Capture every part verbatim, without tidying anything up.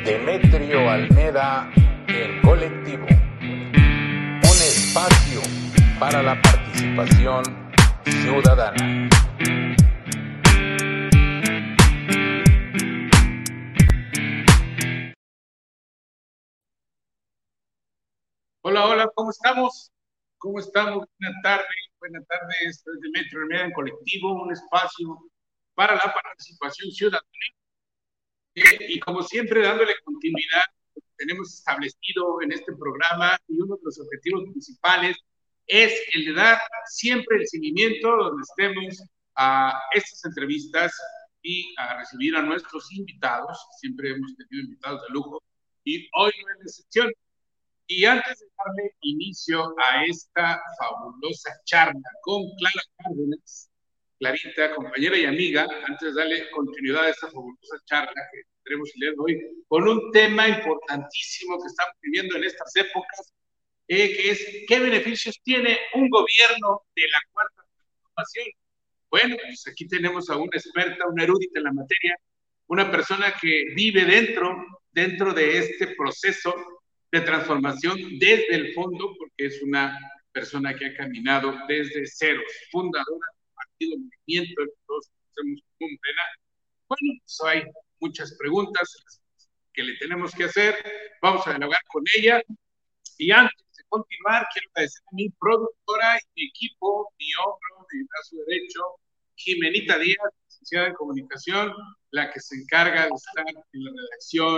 Demetrio Almeda en colectivo. Un espacio para la participación ciudadana. Hola, hola, ¿cómo estamos? ¿Cómo estamos? Buenas tardes, buenas tardes. Esto es Demetrio Almeda en colectivo, un espacio para la participación ciudadana. Eh, y como siempre, dándole continuidad a lo que tenemos establecido en este programa, y uno de los objetivos principales es el de dar siempre el seguimiento donde estemos a estas entrevistas y a recibir a nuestros invitados. Siempre hemos tenido invitados de lujo y hoy no es la excepción. Y antes de darle inicio a esta fabulosa charla con Clara Cárdenas, Clarita, compañera y amiga, antes de darle continuidad a esta fabulosa charla que tendremos el día de hoy, con un tema importantísimo que estamos viviendo en estas épocas, eh, que es ¿qué beneficios tiene un gobierno de la cuarta transformación? Bueno, pues aquí tenemos a una experta, una erudita en la materia, una persona que vive dentro, dentro de este proceso de transformación desde el fondo, porque es una persona que ha caminado desde ceros, fundadora del partido Movimiento, que todos conocemos como Morena. Bueno, pues hay muchas preguntas que le tenemos que hacer, vamos a dialogar con ella, y antes de continuar, quiero agradecer a mi productora y mi equipo, mi hombro, mi brazo derecho, Jimenita Díaz, licenciada en comunicación, la que se encarga de estar en la redacción,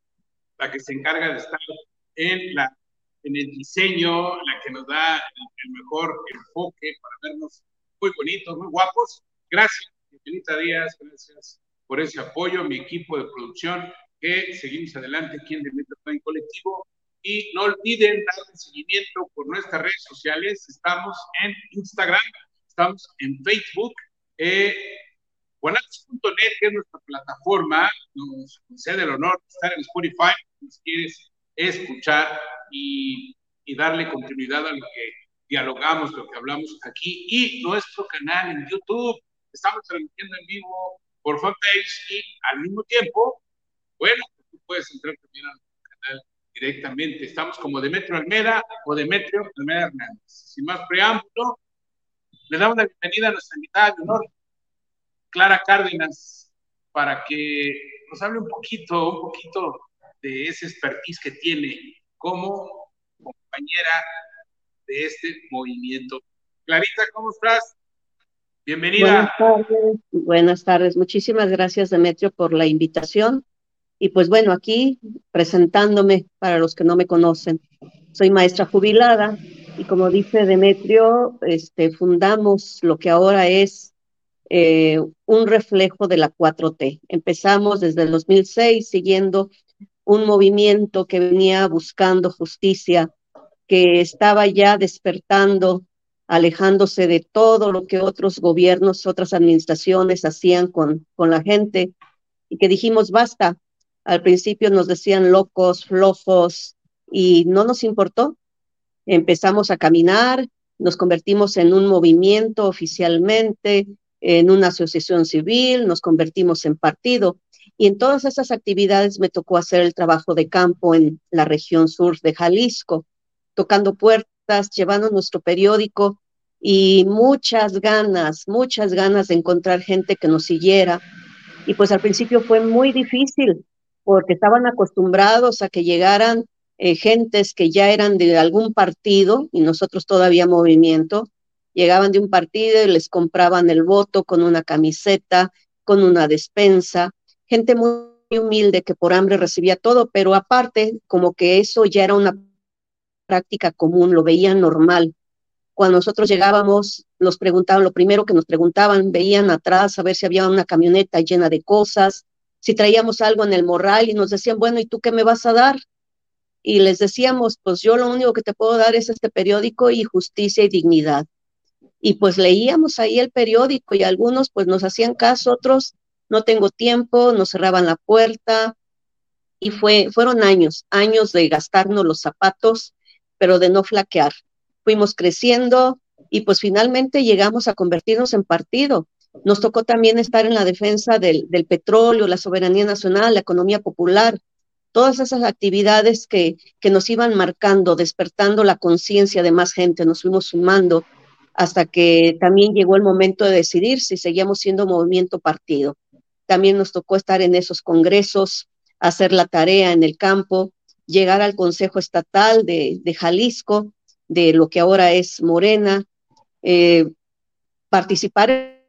la que se encarga de estar en, la, en el diseño, la que nos da el, el mejor enfoque para vernos muy bonitos, muy guapos. Gracias, Jimenita Díaz, gracias por ese apoyo, mi equipo de producción, que seguimos adelante aquí en Demetrio en colectivo. Y no olviden darle seguimiento por nuestras redes sociales. Estamos en Instagram, estamos en Facebook, eh, guanatos punto net, que es nuestra plataforma, nos concede el honor de estar en Spotify, si nos quieres escuchar y, y darle continuidad a lo que dialogamos, lo que hablamos aquí, y nuestro canal en YouTube. Estamos transmitiendo en vivo por fanpage y al mismo tiempo, bueno, tú puedes entrar también a nuestro canal directamente. Estamos como Demetrio Almeda o Demetrio Almeda Hernández. Sin más preámbulo, le damos la bienvenida a nuestra invitada de honor, Clara Cárdenas, para que nos hable un poquito, un poquito de ese expertise que tiene como compañera de este movimiento. Clarita, ¿cómo estás? Bienvenida. Buenas tardes, buenas tardes. Muchísimas gracias, Demetrio, por la invitación. Y pues bueno, aquí presentándome para los que no me conocen. Soy maestra jubilada y como dice Demetrio, este, fundamos lo que ahora es eh, un reflejo de la cuatro T. Empezamos desde el dos mil seis siguiendo un movimiento que venía buscando justicia, que estaba ya despertando, alejándose de todo lo que otros gobiernos, otras administraciones hacían con, con la gente, y que dijimos basta. Al principio nos decían locos, flojos, y no nos importó. Empezamos a caminar, nos convertimos en un movimiento oficialmente, en una asociación civil, nos convertimos en partido, y en todas esas actividades me tocó hacer el trabajo de campo en la región sur de Jalisco, tocando puertas, llevando nuestro periódico, y muchas ganas, muchas ganas de encontrar gente que nos siguiera. Y pues al principio fue muy difícil, porque estaban acostumbrados a que llegaran eh, gentes que ya eran de algún partido, y nosotros todavía movimiento, llegaban de un partido y les compraban el voto con una camiseta, con una despensa, gente muy humilde que por hambre recibía todo, pero aparte como que eso ya era una práctica común, lo veían normal. Cuando nosotros llegábamos, nos preguntaban, lo primero que nos preguntaban, veían atrás a ver si había una camioneta llena de cosas, si traíamos algo en el morral, y nos decían, bueno, ¿y tú qué me vas a dar? Y les decíamos, pues yo lo único que te puedo dar es este periódico y Justicia y Dignidad. Y pues leíamos ahí el periódico y algunos pues nos hacían caso, otros no tengo tiempo, nos cerraban la puerta, y fue, fueron años, años de gastarnos los zapatos, pero de no flaquear. Fuimos creciendo y pues finalmente llegamos a convertirnos en partido. Nos tocó también estar en la defensa del, del petróleo, la soberanía nacional, la economía popular. Todas esas actividades que, que nos iban marcando, despertando la conciencia de más gente, nos fuimos sumando hasta que también llegó el momento de decidir si seguíamos siendo movimiento partido. También nos tocó estar en esos congresos, hacer la tarea en el campo, llegar al Consejo Estatal de, de Jalisco, de lo que ahora es Morena, eh, participar en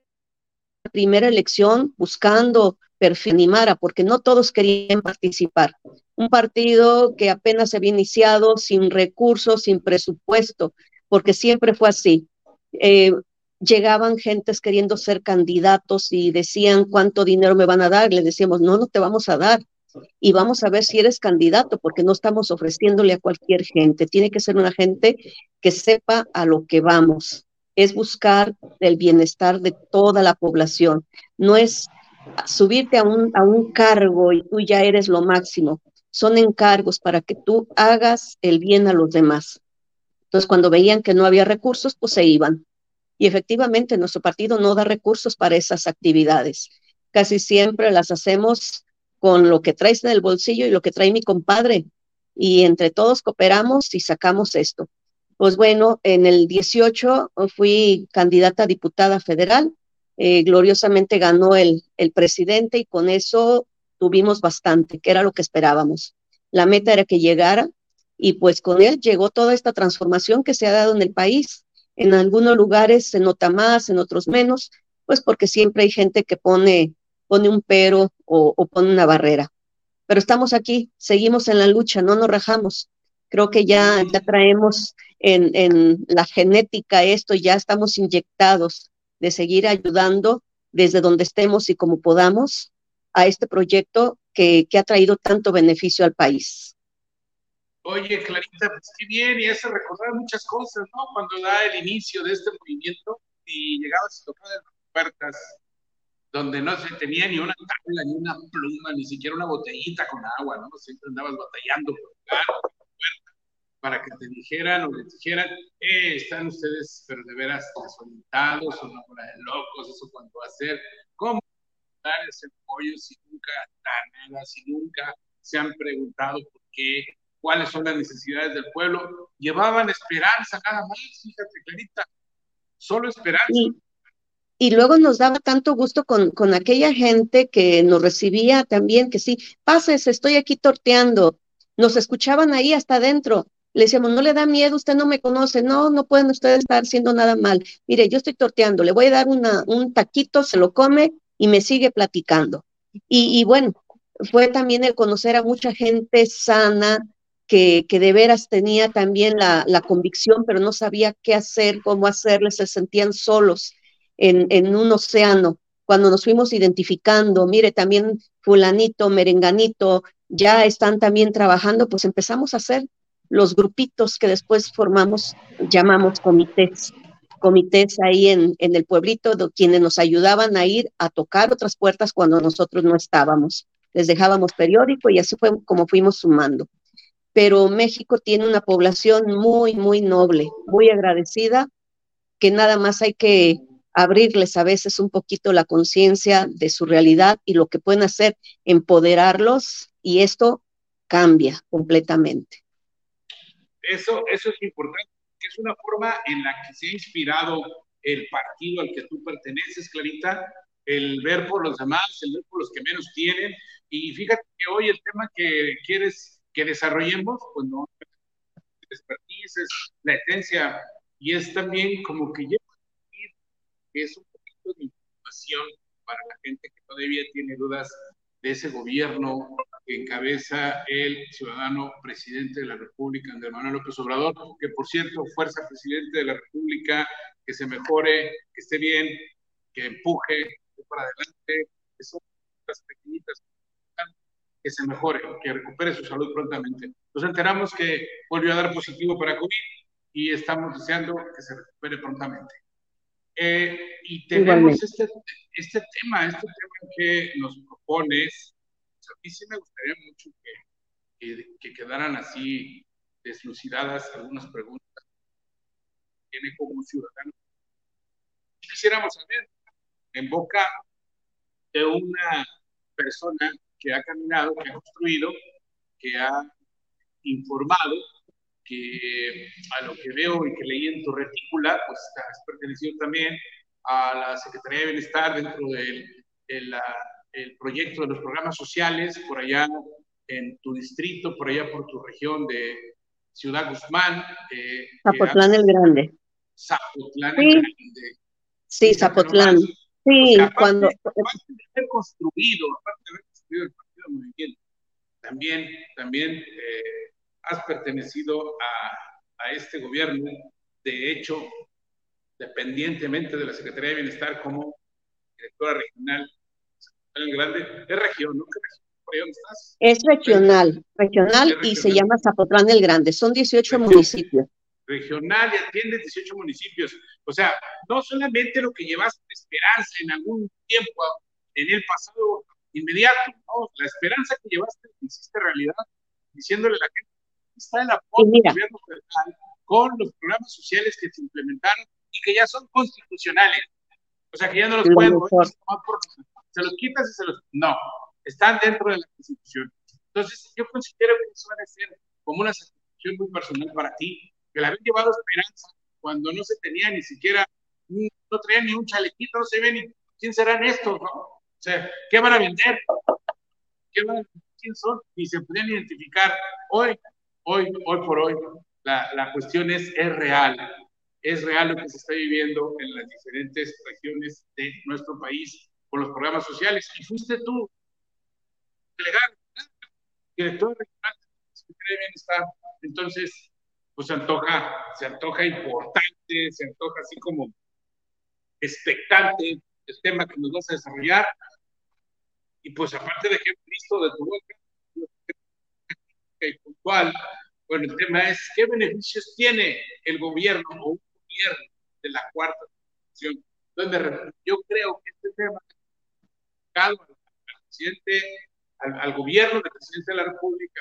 la primera elección buscando perfil animara, porque no todos querían participar. Un partido que apenas se había iniciado, sin recursos, sin presupuesto, porque siempre fue así. Eh, llegaban gentes queriendo ser candidatos y decían cuánto dinero me van a dar. Le decíamos, no, no te vamos a dar. Y vamos a ver si eres candidato, porque no estamos ofreciéndole a cualquier gente. Tiene que ser una gente que sepa a lo que vamos. Es buscar el bienestar de toda la población. No es subirte a un, a un cargo y tú ya eres lo máximo. Son encargos para que tú hagas el bien a los demás. Entonces, cuando veían que no había recursos, pues se iban. Y efectivamente, nuestro partido no da recursos para esas actividades. Casi siempre las hacemos con lo que traes en el bolsillo y lo que trae mi compadre. Y entre todos cooperamos y sacamos esto. Pues bueno, en el dieciocho fui candidata a diputada federal. Eh, gloriosamente ganó el, el presidente y con eso tuvimos bastante, que era lo que esperábamos. La meta era que llegara y pues con él llegó toda esta transformación que se ha dado en el país. En algunos lugares se nota más, en otros menos, pues porque siempre hay gente que pone, pone un pero o, o pone una barrera. Pero estamos aquí, seguimos en la lucha, no nos rajamos. Creo que ya, ya traemos en, en la genética esto, ya estamos inyectados de seguir ayudando desde donde estemos y como podamos a este proyecto que, que ha traído tanto beneficio al país. Oye, Clarita, pues qué bien, y hace recordar muchas cosas, ¿no? Cuando da el inicio de este movimiento y llegabas y tocabas las puertas donde no se tenía ni una tabla, ni una pluma, ni siquiera una botellita con agua, ¿no? Siempre andabas batallando por lugar, para que te dijeran o les dijeran, eh, están ustedes, pero de veras desorientados, o una bola de locos, eso cuándo va a ser, ¿cómo dar ese pollo si nunca dan nada, si nunca se han preguntado por qué, cuáles son las necesidades del pueblo? Llevaban esperanza nada más, fíjate, Clarita, solo esperanza. Y, y luego nos daba tanto gusto con, con aquella gente que nos recibía también, que sí, pases, estoy aquí torteando. Nos escuchaban ahí hasta adentro. Le decíamos, no le da miedo, usted no me conoce, no, no pueden ustedes estar haciendo nada mal. Mire, yo estoy torteando, le voy a dar una, un taquito, se lo come y me sigue platicando. Y, y bueno, fue también el conocer a mucha gente sana, que, que de veras tenía también la, la convicción, pero no sabía qué hacer, cómo hacerle, se sentían solos en, en un océano. Cuando nos fuimos identificando, mire, también fulanito, merenganito, ya están también trabajando, pues empezamos a hacer los grupitos que después formamos, llamamos comités, comités ahí en, en el pueblito, de quienes nos ayudaban a ir a tocar otras puertas cuando nosotros no estábamos. Les dejábamos periódico y así fue como fuimos sumando. Pero México tiene una población muy, muy noble, muy agradecida, que nada más hay que abrirles a veces un poquito la conciencia de su realidad y lo que pueden hacer, empoderarlos, y esto cambia completamente. Eso, eso es importante, que es una forma en la que se ha inspirado el partido al que tú perteneces, Clarita, el ver por los demás, el ver por los que menos tienen. Y fíjate que hoy el tema que quieres que desarrollemos, pues no, expertise, la esencia, y es también como que lleva que es un poquito de información para la gente que todavía tiene dudas de ese gobierno que encabeza el ciudadano presidente de la República, Andrés Manuel López Obrador, que por cierto, fuerza presidente de la República, que se mejore, que esté bien, que empuje, que para adelante, que son las pequeñitas, que se mejore, que recupere su salud prontamente. Nos enteramos que volvió a dar positivo para COVID y estamos deseando que se recupere prontamente. Eh, y tenemos este, este tema, este tema que nos propones. A mí sí me gustaría mucho que, que, que quedaran así deslucidadas algunas preguntas que tiene como ciudadano. Quisiéramos saber, en boca de una persona que ha caminado, que ha construido, que ha informado que a lo que veo y que leí en tu retícula, pues has pertenecido también a la Secretaría de Bienestar dentro del el, el proyecto de los programas sociales, por allá en tu distrito, por allá por tu región de Ciudad Guzmán. Eh, Zapotlán el Grande. Zapotlán sí. el Grande. Sí, Zapotlán. Sí, pues aparte, cuando... aparte de haber construido, aparte de haber construido el Partido Movimiento, también, también eh, has pertenecido a, a este gobierno, de hecho, dependientemente de la Secretaría de Bienestar como directora regional. El Grande, es región, ¿no? ¿Qué región? ¿Por ahí dónde estás? Es regional, regional, regional y se llama Zapotlán el Grande, son dieciocho región, municipios. Regional y atiende dieciocho municipios. O sea, no solamente lo que llevaste de esperanza en algún tiempo, en el pasado inmediato, ¿no? La esperanza que llevaste hiciste realidad, diciéndole a la gente que está el apoyo del gobierno federal con los programas sociales que se implementaron y que ya son constitucionales. O sea, que ya no los pueden mover, se los quitas y se los... No, están dentro de la Constitución. Entonces, yo considero que eso debe ser como una satisfacción muy personal para ti, que le habían llevado esperanza cuando no se tenía ni siquiera, no traían ni un chalequito, no se ve ni quién serán estos, ¿no? O sea, ¿qué van a vender? ¿Qué van a vender? ¿Quién son? Ni se podían identificar. Hoy, hoy, hoy por hoy, la, la cuestión es, es real. Es real lo que se está viviendo en las diferentes regiones de nuestro país con los programas sociales. Y fuiste tú, delegado, director regional de Secretaría de Bienestar. Entonces, pues se antoja, se antoja importante, se antoja así como expectante el tema que nos vas a desarrollar. Y pues aparte de ejemplo listo de tu boca, y puntual, bueno, el tema es ¿qué beneficios tiene el gobierno o un gobierno de la cuarta transformación? Entonces, yo creo que este tema al, al presidente, al, al gobierno del presidente de la República,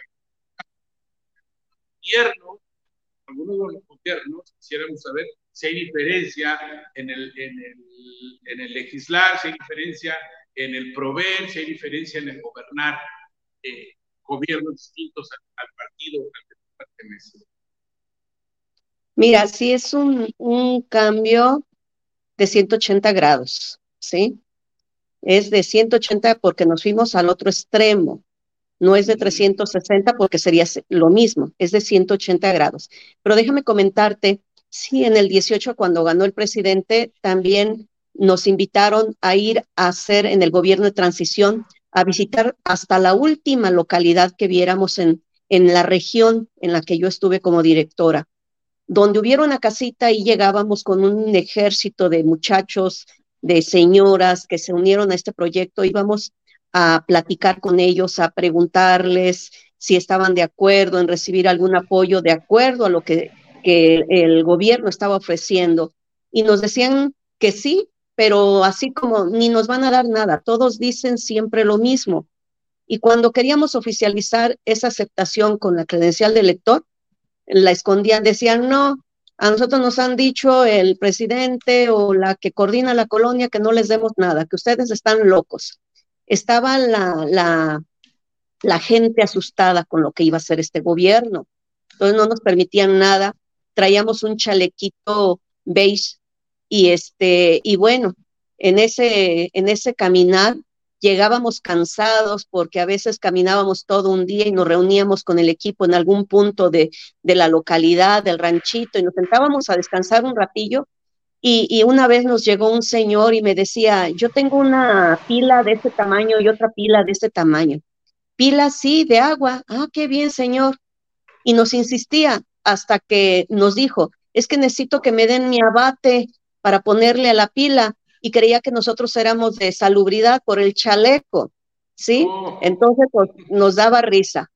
gobierno, algunos de los gobiernos quisiéramos saber si hay diferencia en el, en el, en el legislar, si hay diferencia en el proveer, si hay diferencia en el gobernar eh, gobiernos distintos al, al partido al que pertenece. Mira, sí es un, un cambio de ciento ochenta grados, ¿sí? Es de ciento ochenta porque nos fuimos al otro extremo. No es de trescientos sesenta porque sería lo mismo, es de ciento ochenta grados. Pero déjame comentarte, sí, en el dieciocho, cuando ganó el presidente, también nos invitaron a ir a hacer en el gobierno de transición, a visitar hasta la última localidad que viéramos en, en la región en la que yo estuve como directora, donde hubiera una casita y llegábamos con un ejército de muchachos, de señoras que se unieron a este proyecto, íbamos a platicar con ellos, a preguntarles si estaban de acuerdo en recibir algún apoyo de acuerdo a lo que, que el gobierno estaba ofreciendo. Y nos decían que sí, pero así como ni nos van a dar nada, todos dicen siempre lo mismo. Y cuando queríamos oficializar esa aceptación con la credencial de elector, la escondían, decían, no, a nosotros nos han dicho el presidente o la que coordina la colonia que no les demos nada, que ustedes están locos. Estaba la, la, la gente asustada con lo que iba a hacer este gobierno. Entonces no nos permitían nada. Traíamos un chalequito beige y, este, y bueno, en ese, en ese caminar llegábamos cansados porque a veces caminábamos todo un día y nos reuníamos con el equipo en algún punto de, de la localidad, del ranchito, y nos sentábamos a descansar un ratillo. Y, y una vez nos llegó un señor y me decía, yo tengo una pila de este tamaño y otra pila de este tamaño. Pila, sí, de agua. Ah, qué bien, señor. Y nos insistía hasta que nos dijo, es que necesito que me den mi abate para ponerle a la pila. Y creía que nosotros éramos de salubridad por el chaleco, ¿sí? Entonces pues, nos daba risa.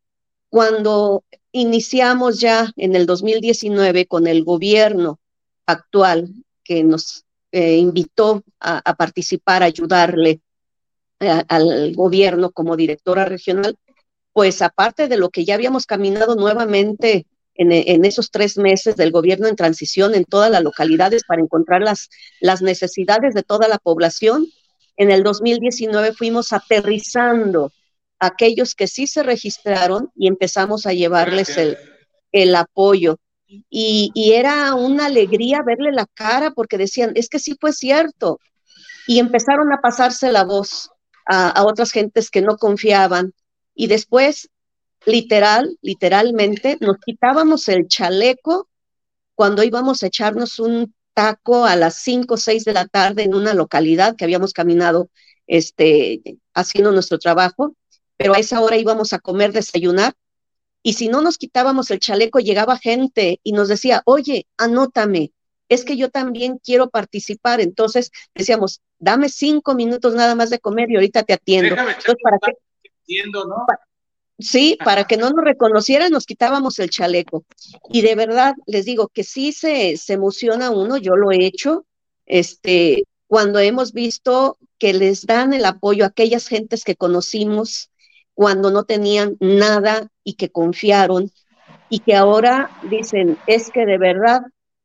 Cuando iniciamos ya en el dos mil diecinueve con el gobierno actual que nos eh, invitó a, a participar, a ayudarle a, al gobierno como directora regional, pues aparte de lo que ya habíamos caminado nuevamente en, en esos tres meses del gobierno en transición en todas las localidades para encontrar las, las necesidades de toda la población, en el dos mil diecinueve fuimos aterrizando aquellos que sí se registraron y empezamos a llevarles el, el apoyo. Y, y era una alegría verle la cara porque decían, es que sí fue cierto. Y empezaron a pasarse la voz a, a otras gentes que no confiaban. Y después, literal, literalmente, nos quitábamos el chaleco cuando íbamos a echarnos un taco a las cinco o seis de la tarde en una localidad que habíamos caminado este, haciendo nuestro trabajo, pero a esa hora íbamos a comer, desayunar, y si no nos quitábamos el chaleco, llegaba gente y nos decía, oye, anótame, es que yo también quiero participar. Entonces decíamos, dame cinco minutos nada más de comer y ahorita te atiendo. Déjame Entonces, ¿para qué? Entiendo, ¿no? Sí, para que no nos reconocieran, nos quitábamos el chaleco. Y de verdad, les digo que sí se, se emociona uno, yo lo he hecho, este, cuando hemos visto que les dan el apoyo a aquellas gentes que conocimos cuando no tenían nada y que confiaron y que ahora dicen, es que de verdad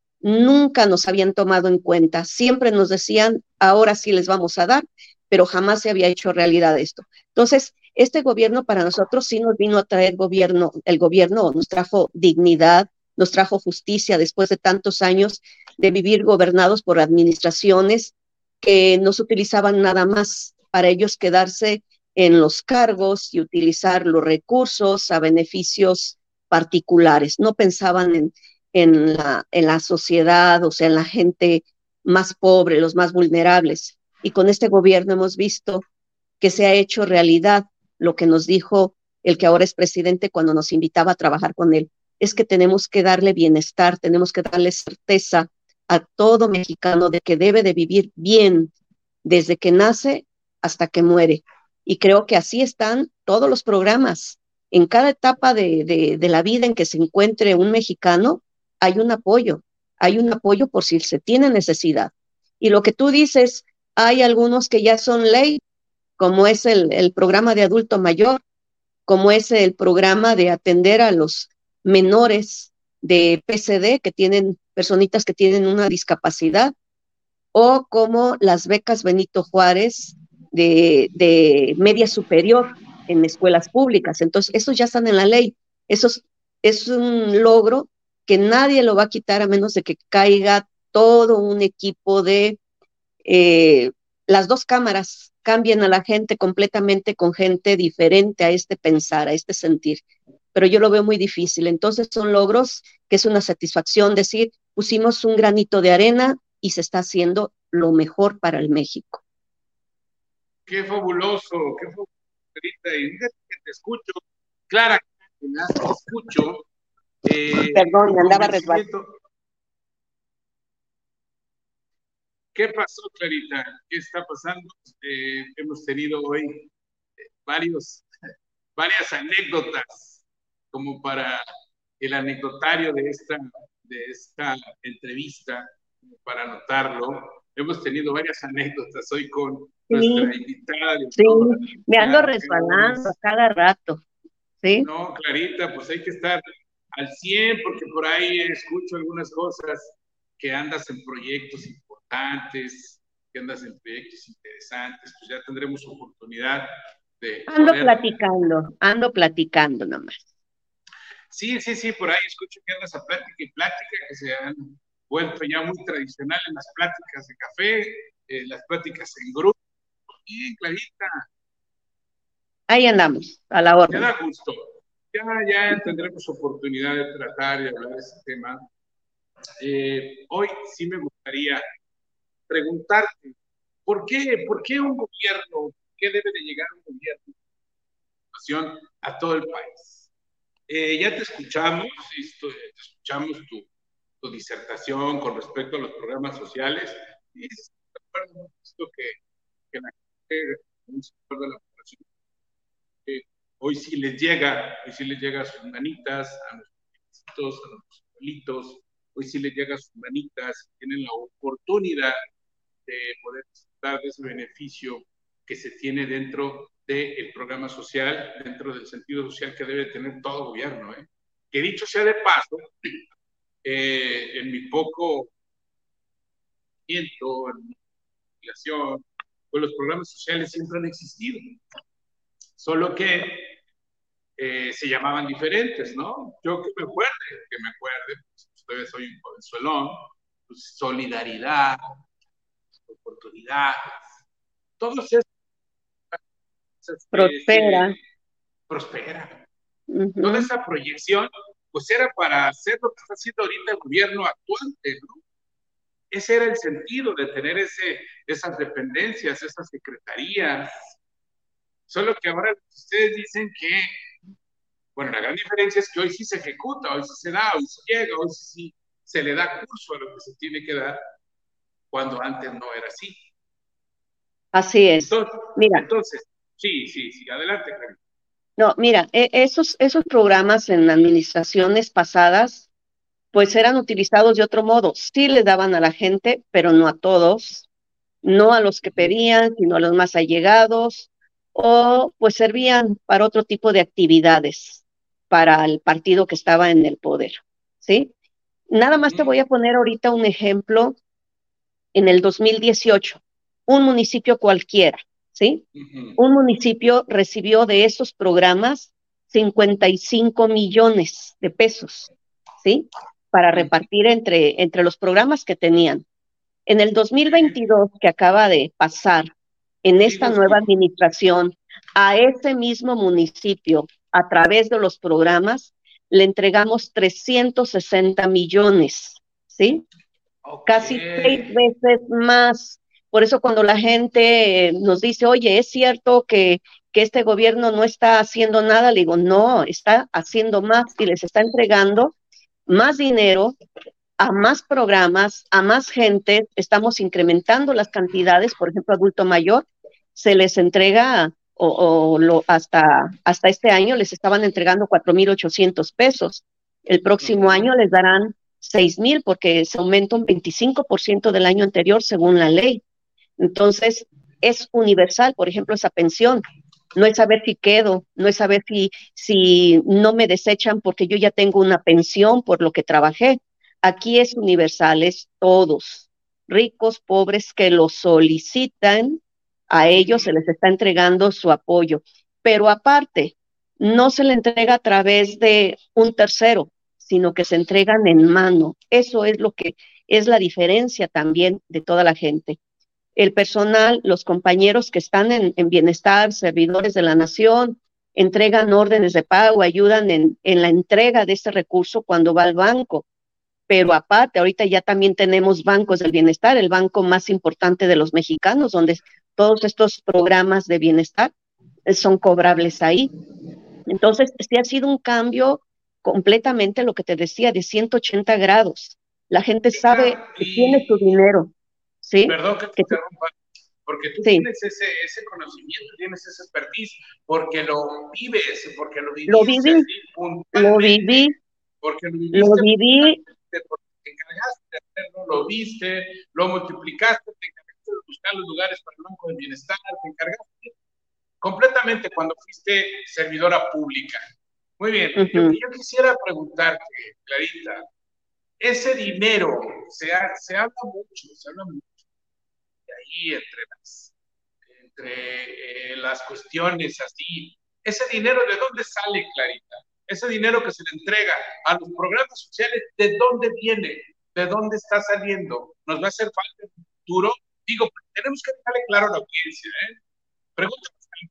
nunca nos habían tomado en cuenta, siempre nos decían, ahora sí les vamos a dar, pero jamás se había hecho realidad esto. Entonces, este gobierno para nosotros sí nos vino a traer gobierno, el gobierno nos trajo dignidad, nos trajo justicia después de tantos años de vivir gobernados por administraciones que no se utilizaban nada más para ellos quedarse en los cargos y utilizar los recursos a beneficios particulares. No pensaban en, en, la, en la sociedad, o sea, en la gente más pobre, los más vulnerables. Y con este gobierno hemos visto que se ha hecho realidad lo que nos dijo el que ahora es presidente cuando nos invitaba a trabajar con él, es que tenemos que darle bienestar, tenemos que darle certeza a todo mexicano de que debe de vivir bien desde que nace hasta que muere. Y creo que así están todos los programas. En cada etapa de, de, de la vida en que se encuentre un mexicano, hay un apoyo, hay un apoyo por si se tiene necesidad. Y lo que tú dices, hay algunos que ya son ley, como es el, el programa de adulto mayor, como es el programa de atender a los menores de P C D, que tienen personitas que tienen una discapacidad, o como las becas Benito Juárez de, de media superior en escuelas públicas. Entonces, esos ya están en la ley. Eso es, es un logro que nadie lo va a quitar a menos de que caiga todo un equipo de eh, las dos cámaras, cambien a la gente completamente con gente diferente a este pensar, a este sentir. Pero yo lo veo muy difícil. Entonces son logros que es una satisfacción decir, pusimos un granito de arena y se está haciendo lo mejor para el México. Qué fabuloso, qué fabuloso, Clarita. Y fíjate que te escucho, Clara, te escucho. Eh, Perdón, me andaba resbalando. ¿Qué pasó, Clarita? ¿Qué está pasando? Eh, hemos tenido hoy eh, varios, varias anécdotas como para el anecdotario de esta, de esta entrevista, para anotarlo. Hemos tenido varias anécdotas hoy con sí, nuestra invitada. Sí, me ando resbalando a cada rato. ¿Sí? No, Clarita, pues hay que estar al cien, porque por ahí escucho algunas cosas, que andas en proyectos importantes, que andas en proyectos interesantes, pues ya tendremos oportunidad de... Ando poder... platicando, ando platicando nomás. Sí, sí, sí, por ahí escucho que andas a plática y plática, que se han vuelto ya muy tradicional en las pláticas de café, eh, las pláticas en grupo. Bien, Clarita. Ahí andamos, a la orden. Me da gusto. Ya, ya tendremos oportunidad de tratar y hablar de ese tema. Eh, hoy sí me gustaría preguntarte, ¿por qué, por qué un gobierno, por qué debe de llegar un gobierno a todo el país? Eh, ya te escuchamos, esto, te escuchamos tu, tu disertación con respecto a los programas sociales, y es esto que, que la gente, un sector de la población, eh, hoy sí les llega, hoy sí les llega a sus manitas, a nuestros hijitos, a nuestros abuelitos, hoy sí les llega a sus manitas, tienen la oportunidad de poder disfrutar de ese beneficio que se tiene dentro del programa social, dentro del sentido social que debe tener todo gobierno. ¿eh? Que dicho sea de paso, eh, en mi poco conocimiento, en mi investigación, pues los programas sociales siempre han existido. solo que eh, se llamaban diferentes, ¿no? Yo que me acuerde, que me acuerde, pues todavía soy un jovenzuelón, pues, solidaridad, oportunidad, todos esos Prospera. eh, prospera. Uh-huh. Toda esa proyección, pues era para hacer lo que está haciendo ahorita el gobierno actuante, ¿no? Ese era el sentido de tener ese, esas dependencias, esas secretarías. Solo que ahora ustedes dicen que, bueno, la gran diferencia es que hoy sí se ejecuta, hoy sí se da, hoy sí llega, hoy sí se le da curso a lo que se tiene que dar, cuando antes no era así. Así es. Entonces, mira. entonces sí, sí, sí, adelante, Clara. No, mira, esos, esos programas en administraciones pasadas, pues eran utilizados de otro modo. Sí les daban a la gente, pero no a todos, no a los que pedían, sino a los más allegados, o pues servían para otro tipo de actividades para el partido que estaba en el poder, ¿sí? Nada más te voy a poner ahorita un ejemplo. En el dos mil dieciocho, un municipio cualquiera, ¿sí? Uh-huh. Un municipio recibió de esos programas cincuenta y cinco millones de pesos, ¿sí? Para repartir entre, entre los programas que tenían. En el dos mil veintidós, que acaba de pasar, en esta nueva administración, a ese mismo municipio, a través de los programas, le entregamos trescientos sesenta millones, ¿sí? Okay. Casi seis veces más. Por eso cuando la gente nos dice, oye, ¿es cierto que, que este gobierno no está haciendo nada? Le digo, no, está haciendo más y les está entregando más dinero a más programas, a más gente. Estamos incrementando las cantidades. Por ejemplo, adulto mayor, se les entrega, o, o lo, hasta, hasta este año les estaban entregando cuatro mil ochocientos pesos. El próximo uh-huh. año les darán seis mil porque se aumenta un veinticinco por ciento del año anterior según la ley. Entonces, es universal, por ejemplo, esa pensión. No es saber si quedo, no es saber si, si no me desechan porque yo ya tengo una pensión por lo que trabajé. Aquí es universal, es todos, ricos, pobres, que lo solicitan, a ellos se les está entregando su apoyo. Pero aparte, no se le entrega a través de un tercero, sino que se entregan en mano. Eso es lo que es la diferencia también de toda la gente. El personal, los compañeros que están en, en bienestar, servidores de la nación, entregan órdenes de pago, ayudan en, en la entrega de ese recurso cuando va al banco. Pero aparte, ahorita ya también tenemos bancos del bienestar, el banco más importante de los mexicanos, donde todos estos programas de bienestar son cobrables ahí. Entonces, sí ha sido un cambio completamente, lo que te decía, de ciento ochenta grados. La gente sabe que y... tiene su dinero, ¿sí? Perdón que te que interrumpa, porque tú sí. tienes ese, ese conocimiento, tienes ese expertise, porque lo vives, porque lo viviste lo viví, así, lo viví, porque lo, viviste, lo viví, porque te encargaste de hacerlo, lo viste, lo multiplicaste, te encargaste de buscar los lugares para el Banco de Bienestar, te encargaste completamente cuando fuiste servidora pública. Muy bien, uh-huh. yo, yo quisiera preguntarte, Clarita, ese dinero, se, ha, se habla mucho, se habla mucho, de ahí entre las, entre, eh, las cuestiones así, ese dinero, ¿de dónde sale, Clarita? Ese dinero que se le entrega a los programas sociales, ¿de dónde viene? ¿De dónde está saliendo? ¿Nos va a hacer falta en el futuro? Digo, tenemos que dejarle claro a la audiencia, ¿eh? Pregunta.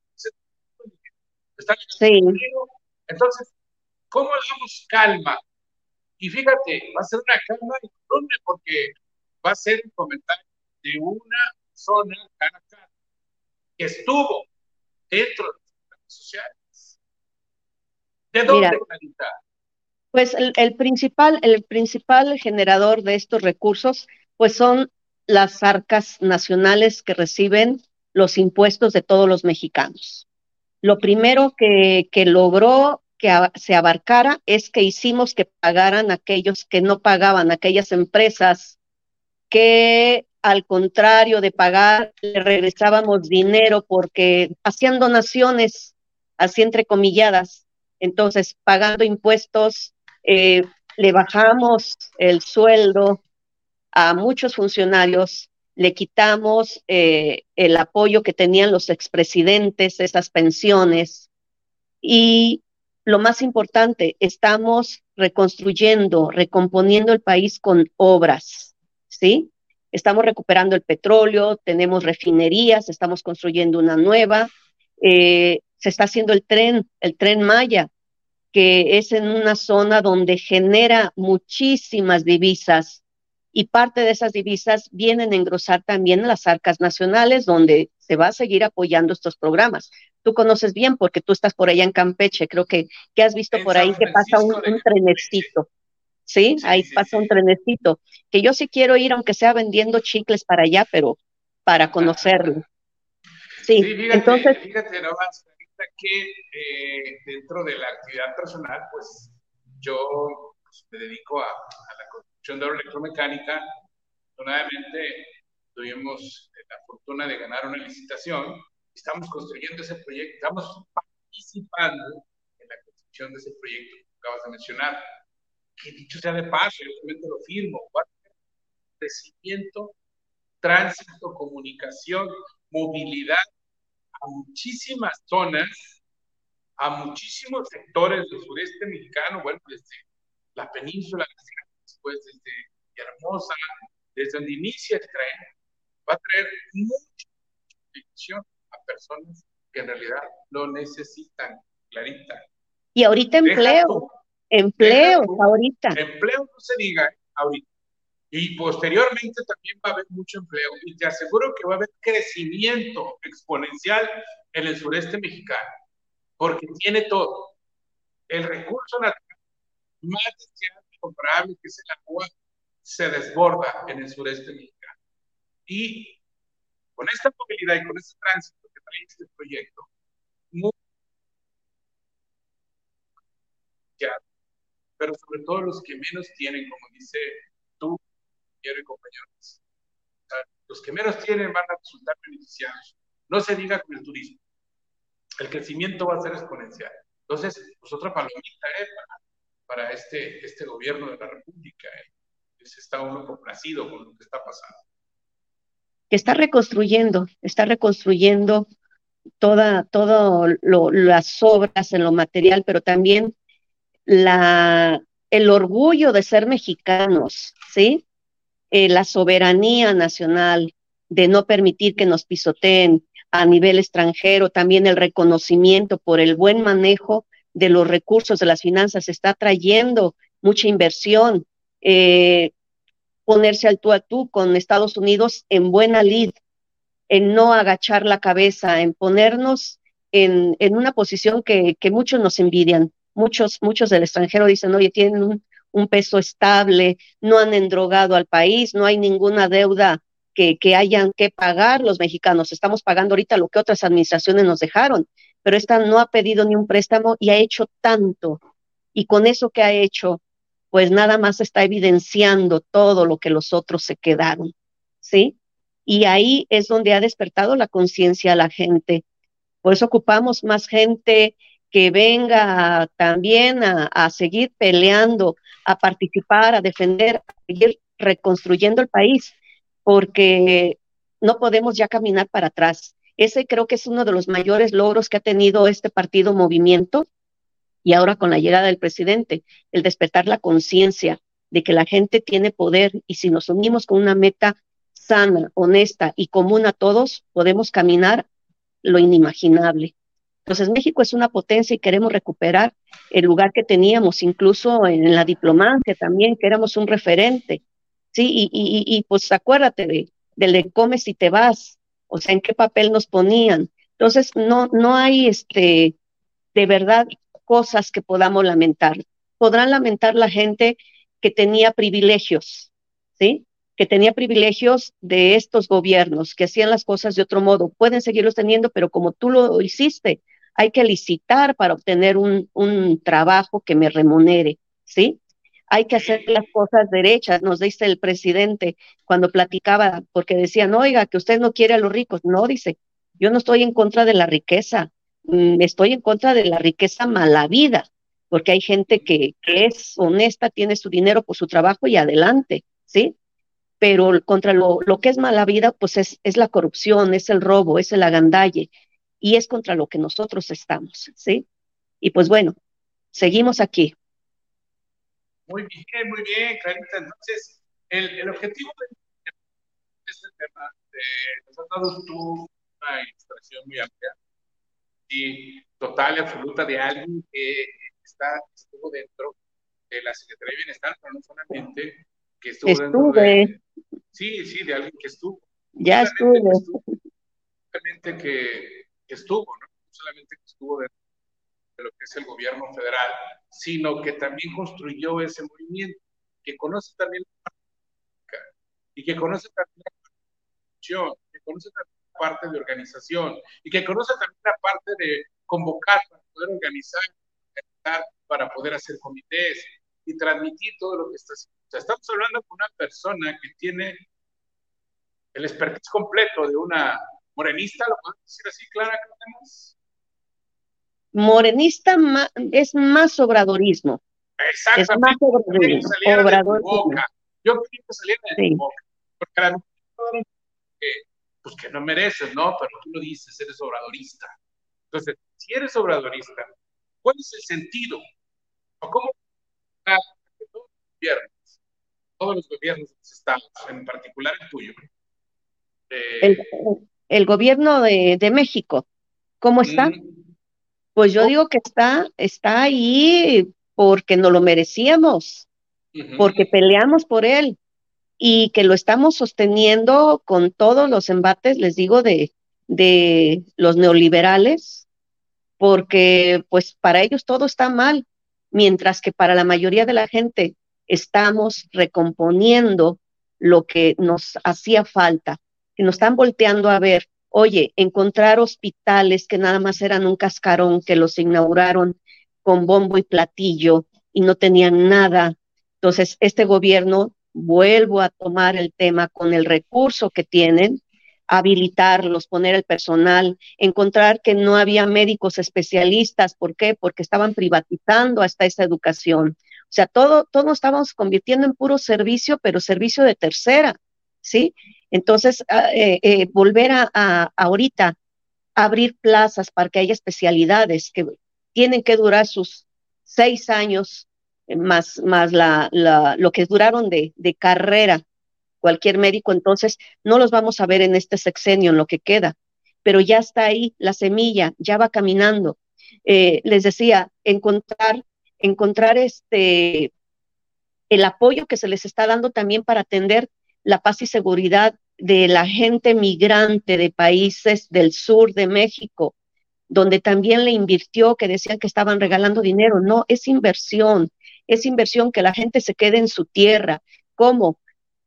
¿Está sí. Entonces, ¿cómo le damos calma? Y fíjate, va a ser una calma enorme porque va a ser un comentario de una persona cara a cara que estuvo dentro de los programas sociales. ¿De dónde, Clarita? Pues el, el principal, el principal generador de estos recursos, pues son las arcas nacionales que reciben los impuestos de todos los mexicanos. Lo primero que, que logró que a, se abarcara es que hicimos que pagaran aquellos que no pagaban, aquellas empresas que al contrario de pagar, le regresábamos dinero porque hacían donaciones, así entrecomilladas. Entonces, pagando impuestos, eh, le bajamos el sueldo a muchos funcionarios le quitamos eh, el apoyo que tenían los expresidentes, esas pensiones, y lo más importante, estamos reconstruyendo, recomponiendo el país con obras, ¿sí? Estamos recuperando el petróleo, tenemos refinerías, estamos construyendo una nueva, eh, se está haciendo el tren, el tren Maya, que es en una zona donde genera muchísimas divisas y parte de esas divisas vienen a engrosar también las arcas nacionales, donde se va a seguir apoyando estos programas. Tú conoces bien porque tú estás por allá en Campeche, creo que, que has visto En por ahí San que pasa un, Francisco de un Campeche. trenecito, ¿sí? Sí, Ahí sí, pasa un sí. trenecito, que yo sí quiero ir, aunque sea vendiendo chicles para allá, pero para conocerlo. Sí, Sí, fíjate, entonces, fíjate nomás, ahorita que eh, dentro de la actividad personal, pues yo pues, me dedico a, a la construcción de electromecánica. Afortunadamente tuvimos la fortuna de ganar una licitación. Estamos construyendo ese proyecto, estamos participando en la construcción de ese proyecto que acabas de mencionar. Que dicho sea de paso, yo también te lo firmo. Crecimiento, tránsito, comunicación, movilidad a muchísimas zonas, a muchísimos sectores del sureste mexicano, bueno, desde la península, después desde Hermosa, desde donde inicia el tren, va a traer mucha beneficio a personas que en realidad lo necesitan, Clarita. y ahorita Deja empleo, tú, deja empleo, tú, ahorita. empleo no se diga ahorita. Y posteriormente también va a haber mucho empleo. Y te aseguro que va a haber crecimiento exponencial en el sureste mexicano, porque tiene todo. El recurso natural más deseable y comparable, que es el agua, se desborda en el sureste mexicano. Y con esta movilidad y con este tránsito que trae este proyecto, muy ya, pero sobre todo los que menos tienen, como dice tú, compañero y compañeros, los que menos tienen van a resultar beneficiados. No se diga con el turismo. El crecimiento va a ser exponencial. Entonces, pues otra palomita, ¿eh? Para, para este, este gobierno de la República. ¿eh? Se está uno complacido con lo que está pasando. Que está reconstruyendo, está reconstruyendo toda, todo lo, las obras en lo material, pero también la, el orgullo de ser mexicanos, ¿sí? Eh, la soberanía nacional, de no permitir que nos pisoteen a nivel extranjero, también el reconocimiento por el buen manejo de los recursos de las finanzas, está trayendo mucha inversión, eh, ponerse al tú a tú con Estados Unidos en buena lid, en no agachar la cabeza, en ponernos en, en una posición que, que muchos nos envidian. Muchos, muchos del extranjero dicen, oye, tienen un, un peso estable, no han endrogado al país, no hay ninguna deuda que, que hayan que pagar los mexicanos. Estamos pagando ahorita lo que otras administraciones nos dejaron, pero esta no ha pedido ni un préstamo y ha hecho tanto. Y con eso que ha hecho, pues nada más está evidenciando todo lo que los otros se quedaron, ¿sí? Y ahí es donde ha despertado la conciencia a la gente. Por eso ocupamos más gente que venga también a, a seguir peleando, a participar, a defender, a seguir reconstruyendo el país, porque no podemos ya caminar para atrás. Ese creo que es uno de los mayores logros que ha tenido este partido Movimiento, y ahora con la llegada del presidente, el despertar la conciencia de que la gente tiene poder y si nos unimos con una meta sana, honesta y común a todos, podemos caminar lo inimaginable. Entonces México es una potencia y queremos recuperar el lugar que teníamos, incluso en la diplomacia también, que éramos un referente, ¿sí? Y, y, y pues acuérdate de, del de comes y te vas, o sea, en qué papel nos ponían. Entonces no, no hay este, de verdad cosas que podamos lamentar. Podrán lamentar la gente que tenía privilegios, ¿sí? Que tenía privilegios de estos gobiernos, que hacían las cosas de otro modo. Pueden seguirlos teniendo, pero como tú lo hiciste, hay que licitar para obtener un, un trabajo que me remunere, ¿sí? Hay que hacer las cosas derechas, nos dice el presidente cuando platicaba, porque decían, oiga, que usted no quiere a los ricos. No, dice, yo no estoy en contra de la riqueza, estoy en contra de la riqueza mala vida, porque hay gente que, que es honesta, tiene su dinero por su trabajo y adelante, ¿sí? pero contra lo, lo que es mala vida, pues es, es la corrupción, es el robo, es el agandalle, y es contra lo que nosotros estamos, ¿sí? Y pues bueno, seguimos aquí. Muy bien, muy bien, Clarita. Entonces, el, el objetivo de este tema, eh, nos has dado tú una ilustración muy amplia y total y absoluta de alguien que está, estuvo dentro de la Secretaría de Bienestar, pero no solamente que estuvo dentro Estuve, de... Sí, sí, de alguien que estuvo. No ya solamente que estuve. estuvo, solamente que, que estuvo, ¿no? No solamente que estuvo dentro de lo que es el gobierno federal, sino que también construyó ese movimiento, que conoce también la práctica y que conoce también la construcción, que conoce también la parte de organización y que conoce también la parte de convocar para poder organizar, organizar para poder hacer comités y transmitir todo lo que está haciendo. O sea, estamos hablando con una persona que tiene el expertise completo de una morenista, ¿lo podemos decir así, Clara? Morenista ma- es más obradorismo, es más Exactamente, yo quería que obradorismo, saliera de tu obradorismo, boca, yo quería que saliera de tu sí. boca, porque a lo mejor que, pues que no mereces, ¿no? Pero tú lo dices, eres obradorista. Entonces, si eres obradorista, ¿cuál es el sentido? ¿O cómo que todos los gobiernos, todos los gobiernos de los estados, en particular el tuyo, El, eh, el gobierno de, de México, ¿cómo está? mm, Pues yo oh, digo que está, está ahí porque no lo merecíamos, uh -huh, porque peleamos por él y que lo estamos sosteniendo con todos los embates, les digo, de, de los neoliberales, porque pues para ellos todo está mal, mientras que para la mayoría de la gente estamos recomponiendo lo que nos hacía falta, que nos están volteando a ver. Oye, encontrar hospitales que nada más eran un cascarón, que los inauguraron con bombo y platillo y no tenían nada. Entonces, este gobierno, vuelvo a tomar el tema con el recurso que tienen, habilitarlos, poner el personal, encontrar que no había médicos especialistas. ¿Por qué? Porque estaban privatizando hasta esa educación. O sea, todo, todo estábamos convirtiendo en puro servicio, pero servicio de tercera, ¿sí? Entonces, eh, eh, volver a, a, a ahorita abrir plazas para que haya especialidades que tienen que durar sus seis años más, más la, la, lo que duraron de, de carrera cualquier médico, entonces no los vamos a ver en este sexenio, en lo que queda, pero ya está ahí la semilla, ya va caminando. Eh, les decía, encontrar, encontrar este, el apoyo que se les está dando también para atender la paz y seguridad de la gente migrante de países del sur de México, donde también le invirtió, que decían que estaban regalando dinero. No, es inversión, es inversión que la gente se quede en su tierra. ¿Cómo?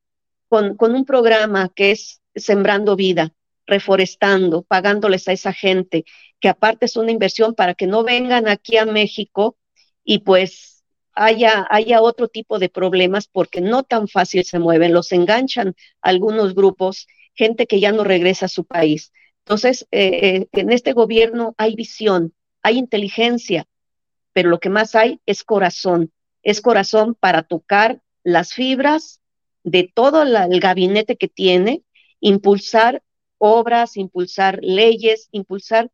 Con, con un programa que es Sembrando Vida, reforestando, pagándoles a esa gente, que aparte es una inversión para que no vengan aquí a México y pues haya, haya otro tipo de problemas, porque no tan fácil se mueven, los enganchan algunos grupos, gente que ya no regresa a su país. Entonces, eh, eh, en este gobierno hay visión, hay inteligencia, pero lo que más hay es corazón, es corazón para tocar las fibras de todo la, el gabinete que tiene, impulsar obras, impulsar leyes, impulsar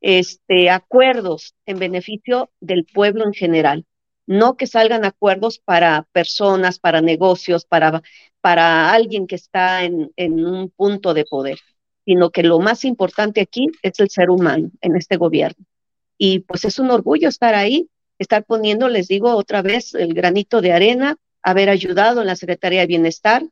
este, acuerdos en beneficio del pueblo en general. No que salgan acuerdos para personas, para negocios, para, para alguien que está en, en un punto de poder, sino que lo más importante aquí es el ser humano en este gobierno. Y pues es un orgullo estar ahí, estar poniendo, les digo otra vez, el granito de arena, haber ayudado en la Secretaría de Bienestar,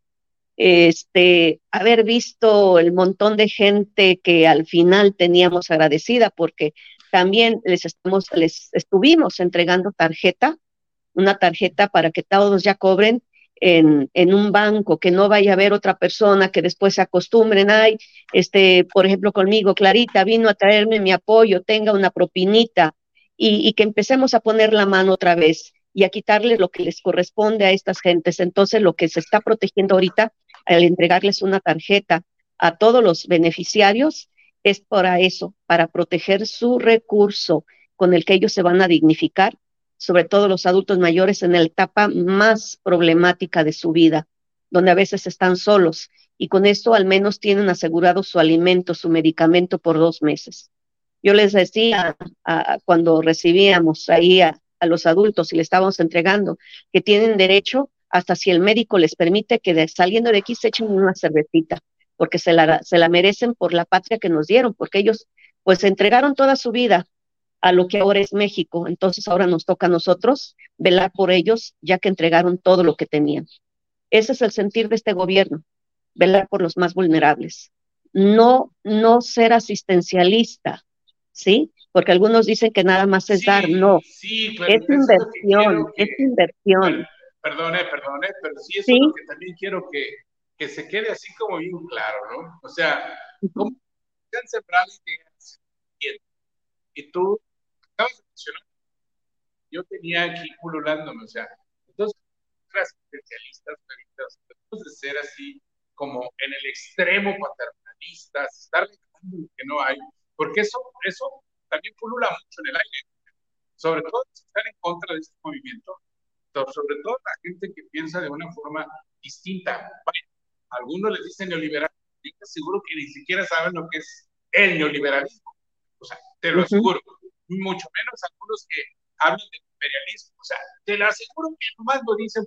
este, haber visto el montón de gente que al final teníamos agradecida, porque también les, estamos, les estuvimos entregando tarjeta, una tarjeta para que todos ya cobren en, en un banco, que no vaya a haber otra persona que después se acostumbren. Ay, este, por ejemplo, conmigo, Clarita vino a traerme mi apoyo, tenga una propinita, y, y que empecemos a poner la mano otra vez y a quitarle lo que les corresponde a estas gentes. Entonces, lo que se está protegiendo ahorita al entregarles una tarjeta a todos los beneficiarios es para eso, para proteger su recurso con el que ellos se van a dignificar, sobre todo los adultos mayores en la etapa más problemática de su vida. donde a veces están solos y con esto al menos tienen asegurado su alimento, su medicamento por dos meses. Yo les decía a, cuando recibíamos ahí a, a los adultos y le estábamos entregando que tienen derecho hasta si el médico les permite que de, saliendo de aquí se echen una cervecita, porque se la, se la merecen por la patria que nos dieron, porque ellos pues entregaron toda su vida a lo que ahora es México. Entonces ahora nos toca a nosotros velar por ellos, ya que entregaron todo lo que tenían. Ese es el sentir de este gobierno, velar por los más vulnerables. No, no ser asistencialista, ¿sí? Porque algunos dicen que nada más es Sí, dar, no. sí, pero Es eso es lo que quiero inversión, que, es inversión, per- perdone, perdone, pero sí, eso es lo ¿sí? que también quiero que, que se quede así como bien claro, ¿no? O sea, ¿cómo se han sembrado ideas? Bien, y tú acabas de mencionar, yo tenía aquí pululándome, o sea, entonces, las especialistas, debemos de ser así como en el extremo paternalistas, estar negando lo que no hay, porque eso, eso también pulula mucho en el aire, sobre todo si están en contra de este movimiento, sobre todo la gente que piensa de una forma distinta. Vaya, algunos les dicen neoliberal, yo te aseguro que ni siquiera saben lo que es el neoliberalismo, o sea, te lo Uh-huh. aseguro, mucho menos algunos que hablan de imperialismo, o sea, te lo aseguro que nomás lo dicen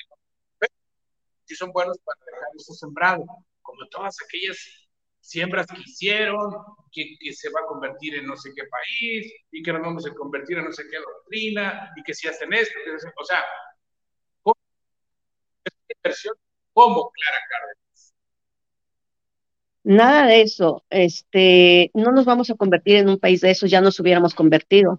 si son buenos para dejar eso sembrado, como todas aquellas siembras que hicieron, que, que, se va a convertir en no sé qué país, y que nos vamos a convertir en no sé qué doctrina, y que si hacen esto, que hacen, o sea, ¿cómo? Es una inversión como Clara Cárdenas. Nada de eso, este, no nos vamos a convertir en un país de eso, ya nos hubiéramos convertido.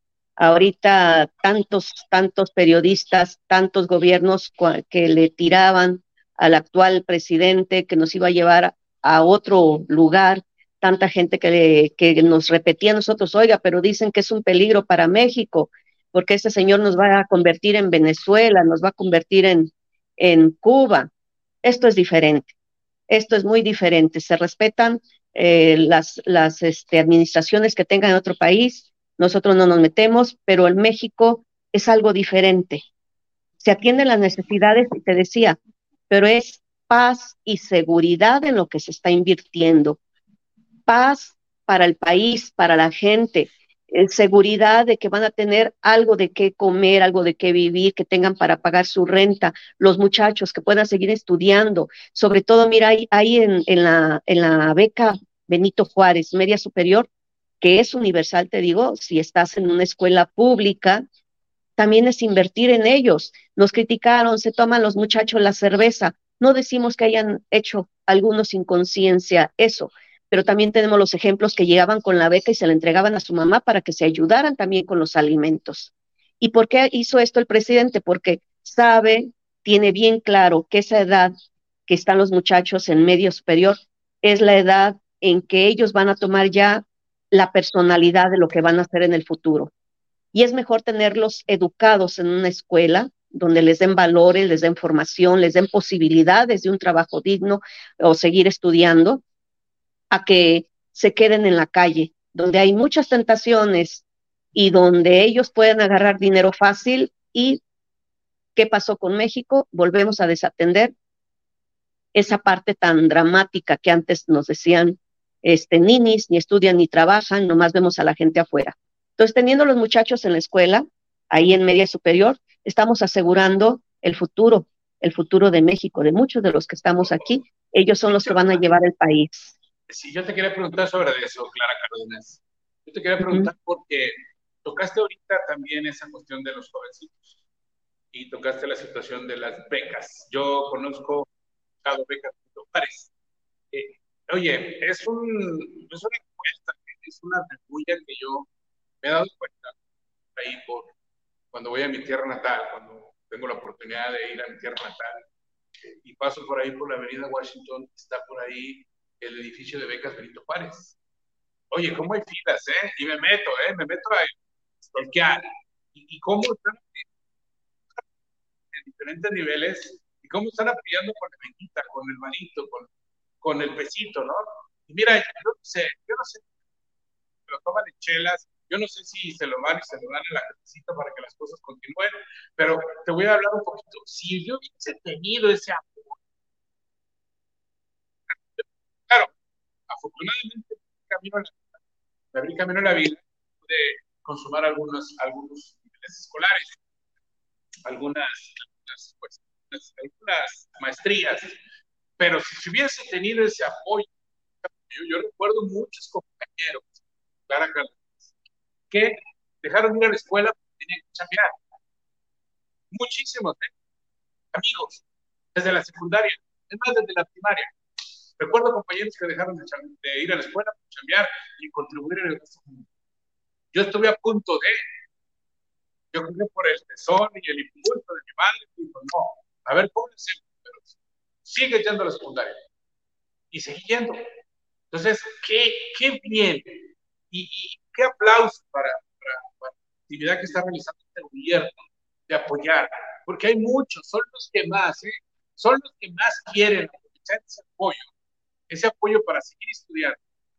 Ahorita tantos, tantos periodistas, tantos gobiernos que le tiraban al actual presidente que nos iba a llevar a otro lugar, tanta gente que, le, que nos repetía a nosotros, oiga, pero dicen que es un peligro para México, porque este señor nos va a convertir en Venezuela, nos va a convertir en, en Cuba. Esto es diferente, esto es muy diferente. Se respetan eh, las, las este, administraciones que tengan en otro país, nosotros no nos metemos, pero en México es algo diferente. Se atienden las necesidades, y te decía, pero es paz y seguridad en lo que se está invirtiendo. Paz para el país, para la gente, eh, seguridad de que van a tener algo de qué comer, algo de qué vivir, que tengan para pagar su renta, los muchachos que puedan seguir estudiando. Sobre todo, mira, ahí, ahí en, en, la, en la beca Benito Juárez, media superior, que es universal, te digo, si estás en una escuela pública, también es invertir en ellos. Nos criticaron, se toman los muchachos la cerveza. No decimos que hayan hecho algunos sin conciencia eso, pero también tenemos los ejemplos que llegaban con la beca y se la entregaban a su mamá para que se ayudaran también con los alimentos. ¿Y por qué hizo esto el presidente? Porque sabe, tiene bien claro que esa edad que están los muchachos en medio superior es la edad en que ellos van a tomar ya la personalidad de lo que van a hacer en el futuro. Y es mejor tenerlos educados en una escuela donde les den valores, les den formación, les den posibilidades de un trabajo digno o seguir estudiando, a que se queden en la calle, donde hay muchas tentaciones y donde ellos pueden agarrar dinero fácil. ¿Y qué pasó con México? Volvemos a desatender esa parte tan dramática que antes nos decían, este, ninis, ni estudian ni trabajan, nomás vemos a la gente afuera. Entonces, teniendo los muchachos en la escuela, ahí en media superior, estamos asegurando el futuro, el futuro de México, de muchos de los que estamos aquí. Ellos son los que van a llevar el país. Sí, yo te quería preguntar sobre eso, Clara Cárdenas. Yo te quería preguntar uh-huh. porque tocaste ahorita también esa cuestión de los jovencitos y tocaste la situación de las becas. Yo conozco a becas de pares. Eh, oye, es, un, es una encuesta, es una rebulla que yo me he dado cuenta ahí por cuando voy a mi tierra natal, cuando tengo la oportunidad de ir a mi tierra natal eh, y paso por ahí por la avenida Washington, está por ahí el edificio de becas Benito Juárez. Oye, ¿cómo hay filas, eh? Y me meto, eh, me meto a stalkear. ¿Y, y cómo están en diferentes niveles? ¿Y cómo están apoyando con la benita, con el manito, con, con el pesito, ¿no? Y mira, yo no sé, yo no sé, se lo toman en chelas, yo no sé si se lo van y se lo dan en la casita para que las cosas continúen, pero te voy a hablar un poquito. Si yo hubiese tenido ese apoyo, afortunadamente, camino a la, me abrí camino a la vida, pude consumar algunos, algunos niveles escolares, algunas, algunas, pues, algunas, algunas maestrías, pero si se hubiese tenido ese apoyo, yo, yo recuerdo muchos compañeros, Clara Cárdenas, que dejaron de ir a la escuela porque tenían que chambear. Muchísimos, ¿eh? Amigos, desde la secundaria, es más, desde la primaria. Recuerdo compañeros que dejaron de, de ir a la escuela para chambear y contribuir en el gasto común. Yo estuve a punto de, yo creo que por el tesón y el impulso de mi madre, dijo, no, a ver, ¿cómo le hacemos? Pero sigue yendo a la secundaria. Y seguí yendo. Entonces, qué, qué bien y, y qué aplauso para, para, para la actividad que está realizando este gobierno de apoyar, porque hay muchos, son los que más, ¿eh? Son los que más quieren aprovechar ese apoyo, ese apoyo para seguir estudiando.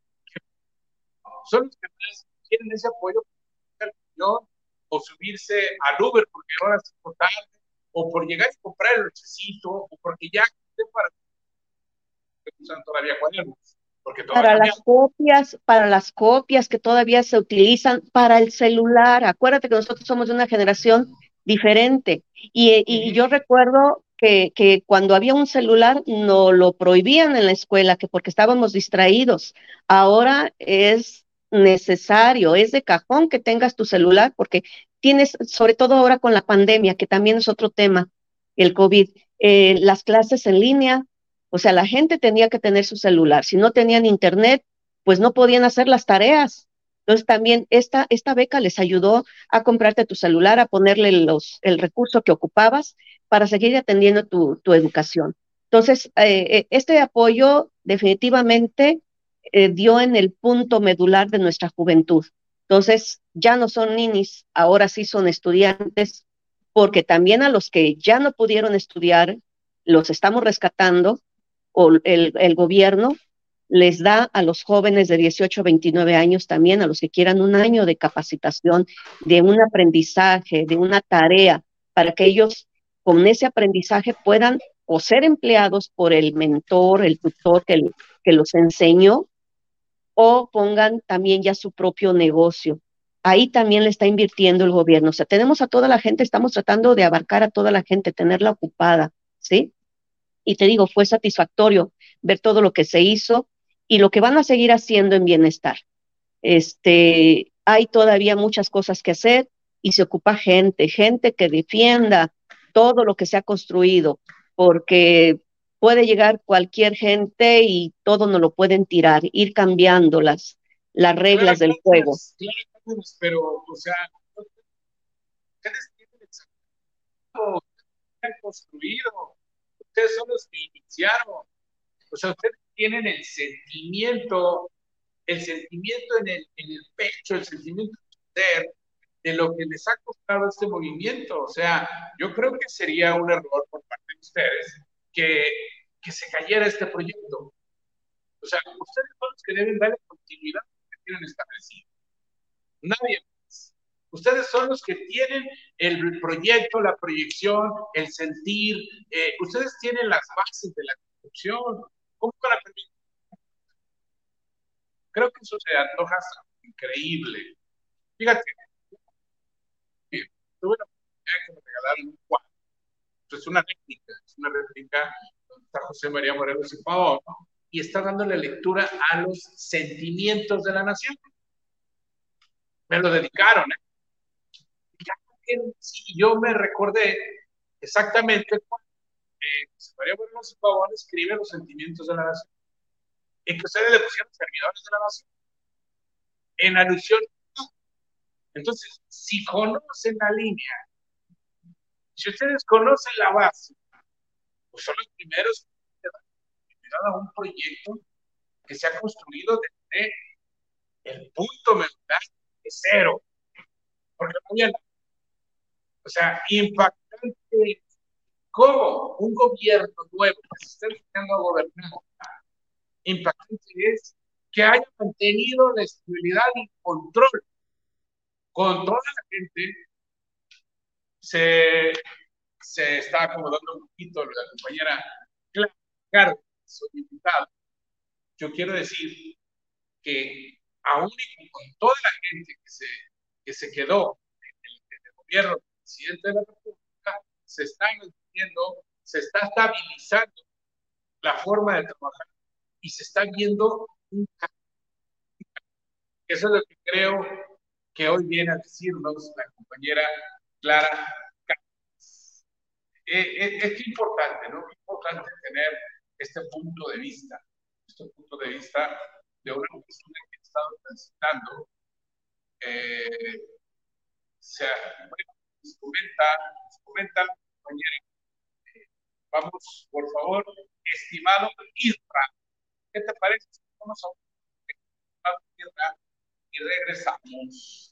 Son los que más quieren ese apoyo para el avión, o subirse al Uber porque ahora es importante, o por llegar y comprar el necesito, o porque ya para que usan todavía cuadernos. Porque Para las copias, para las copias que todavía se utilizan, para el celular. Acuérdate que nosotros somos de una generación diferente. Y, y yo recuerdo que, que cuando había un celular no lo prohibían en la escuela, que porque estábamos distraídos. Ahora es necesario, es de cajón que tengas tu celular, porque tienes, sobre todo ahora con la pandemia, que también es otro tema, el COVID, eh, las clases en línea. O sea, la gente tenía que tener su celular. Si no tenían internet, pues no podían hacer las tareas. Entonces también esta, esta beca les ayudó a comprarte tu celular, a ponerle los, el recurso que ocupabas para seguir atendiendo tu, tu educación. Entonces, eh, este apoyo definitivamente eh, dio en el punto medular de nuestra juventud. Entonces, ya no son ninis, ahora sí son estudiantes, porque también a los que ya no pudieron estudiar, los estamos rescatando o el, el gobierno les da a los jóvenes de dieciocho a veintinueve años también, a los que quieran un año de capacitación, de un aprendizaje, de una tarea, para que ellos con ese aprendizaje puedan o ser empleados por el mentor, el tutor que, que los enseñó, o pongan también ya su propio negocio. Ahí también le está invirtiendo el gobierno. O sea, tenemos a toda la gente, estamos tratando de abarcar a toda la gente, tenerla ocupada, ¿sí? Y te digo, fue satisfactorio ver todo lo que se hizo y lo que van a seguir haciendo en bienestar. Este, hay todavía muchas cosas que hacer y se ocupa gente, gente que defienda todo lo que se ha construido, porque puede llegar cualquier gente y todo nos lo pueden tirar, ir cambiando las, las reglas del juego. Claro, pero, o sea, ustedes tienen el han construido, ustedes son los que iniciaron, o sea, ustedes tienen el sentimiento, el sentimiento en el, en el pecho, el sentimiento de ser, de lo que les ha costado este movimiento. O sea, yo creo que sería un error por parte de ustedes que, que se cayera este proyecto. O sea, ustedes son los que deben darle continuidad a lo que tienen establecido. Nadie más. Ustedes son los que tienen el proyecto, la proyección, el sentir. Eh, ustedes tienen las bases de la construcción. ¿Cómo para permitir? Creo que eso se antoja increíble. Fíjate, tuve la oportunidad que me regalaron un cuadro. Es una réplica, es una réplica donde está José María Morelos y Pavón, ¿no? Y está dándole lectura a los sentimientos de la nación. Me lo dedicaron, ¿eh? Y yo me recordé exactamente cuando eh, José María Morelos y Pavón escribe los sentimientos de la nación. Y que ustedes le pusieron servidores de la nación. En alusión. Entonces, si conocen la línea, si ustedes conocen la base, pues son los primeros que dan a un proyecto que se ha construido desde el punto medular de cero. Porque no había nada. O sea, impactante cómo un gobierno nuevo que se está dedicando a gobernar, impactante es que haya mantenido la estabilidad y control con toda la gente. Se, se está acomodando un poquito la compañera Clara, su invitada. Yo quiero decir que aún y con toda la gente que se, que se quedó en el, en el gobierno del presidente de la República, se está manteniendo, se está estabilizando la forma de trabajar y se está viendo un cambio. Eso es lo que creo que hoy viene a decirnos la compañera Clara Cáceres. Eh, es, es importante, ¿no? Es importante tener este punto de vista, este punto de vista de una persona que ha estado transitando. Eh, o sea, bueno, nos comenta, nos comenta la compañera. Eh, vamos, por favor, estimado Isra, ¿qué te parece si vamos a un Isra y regresamos?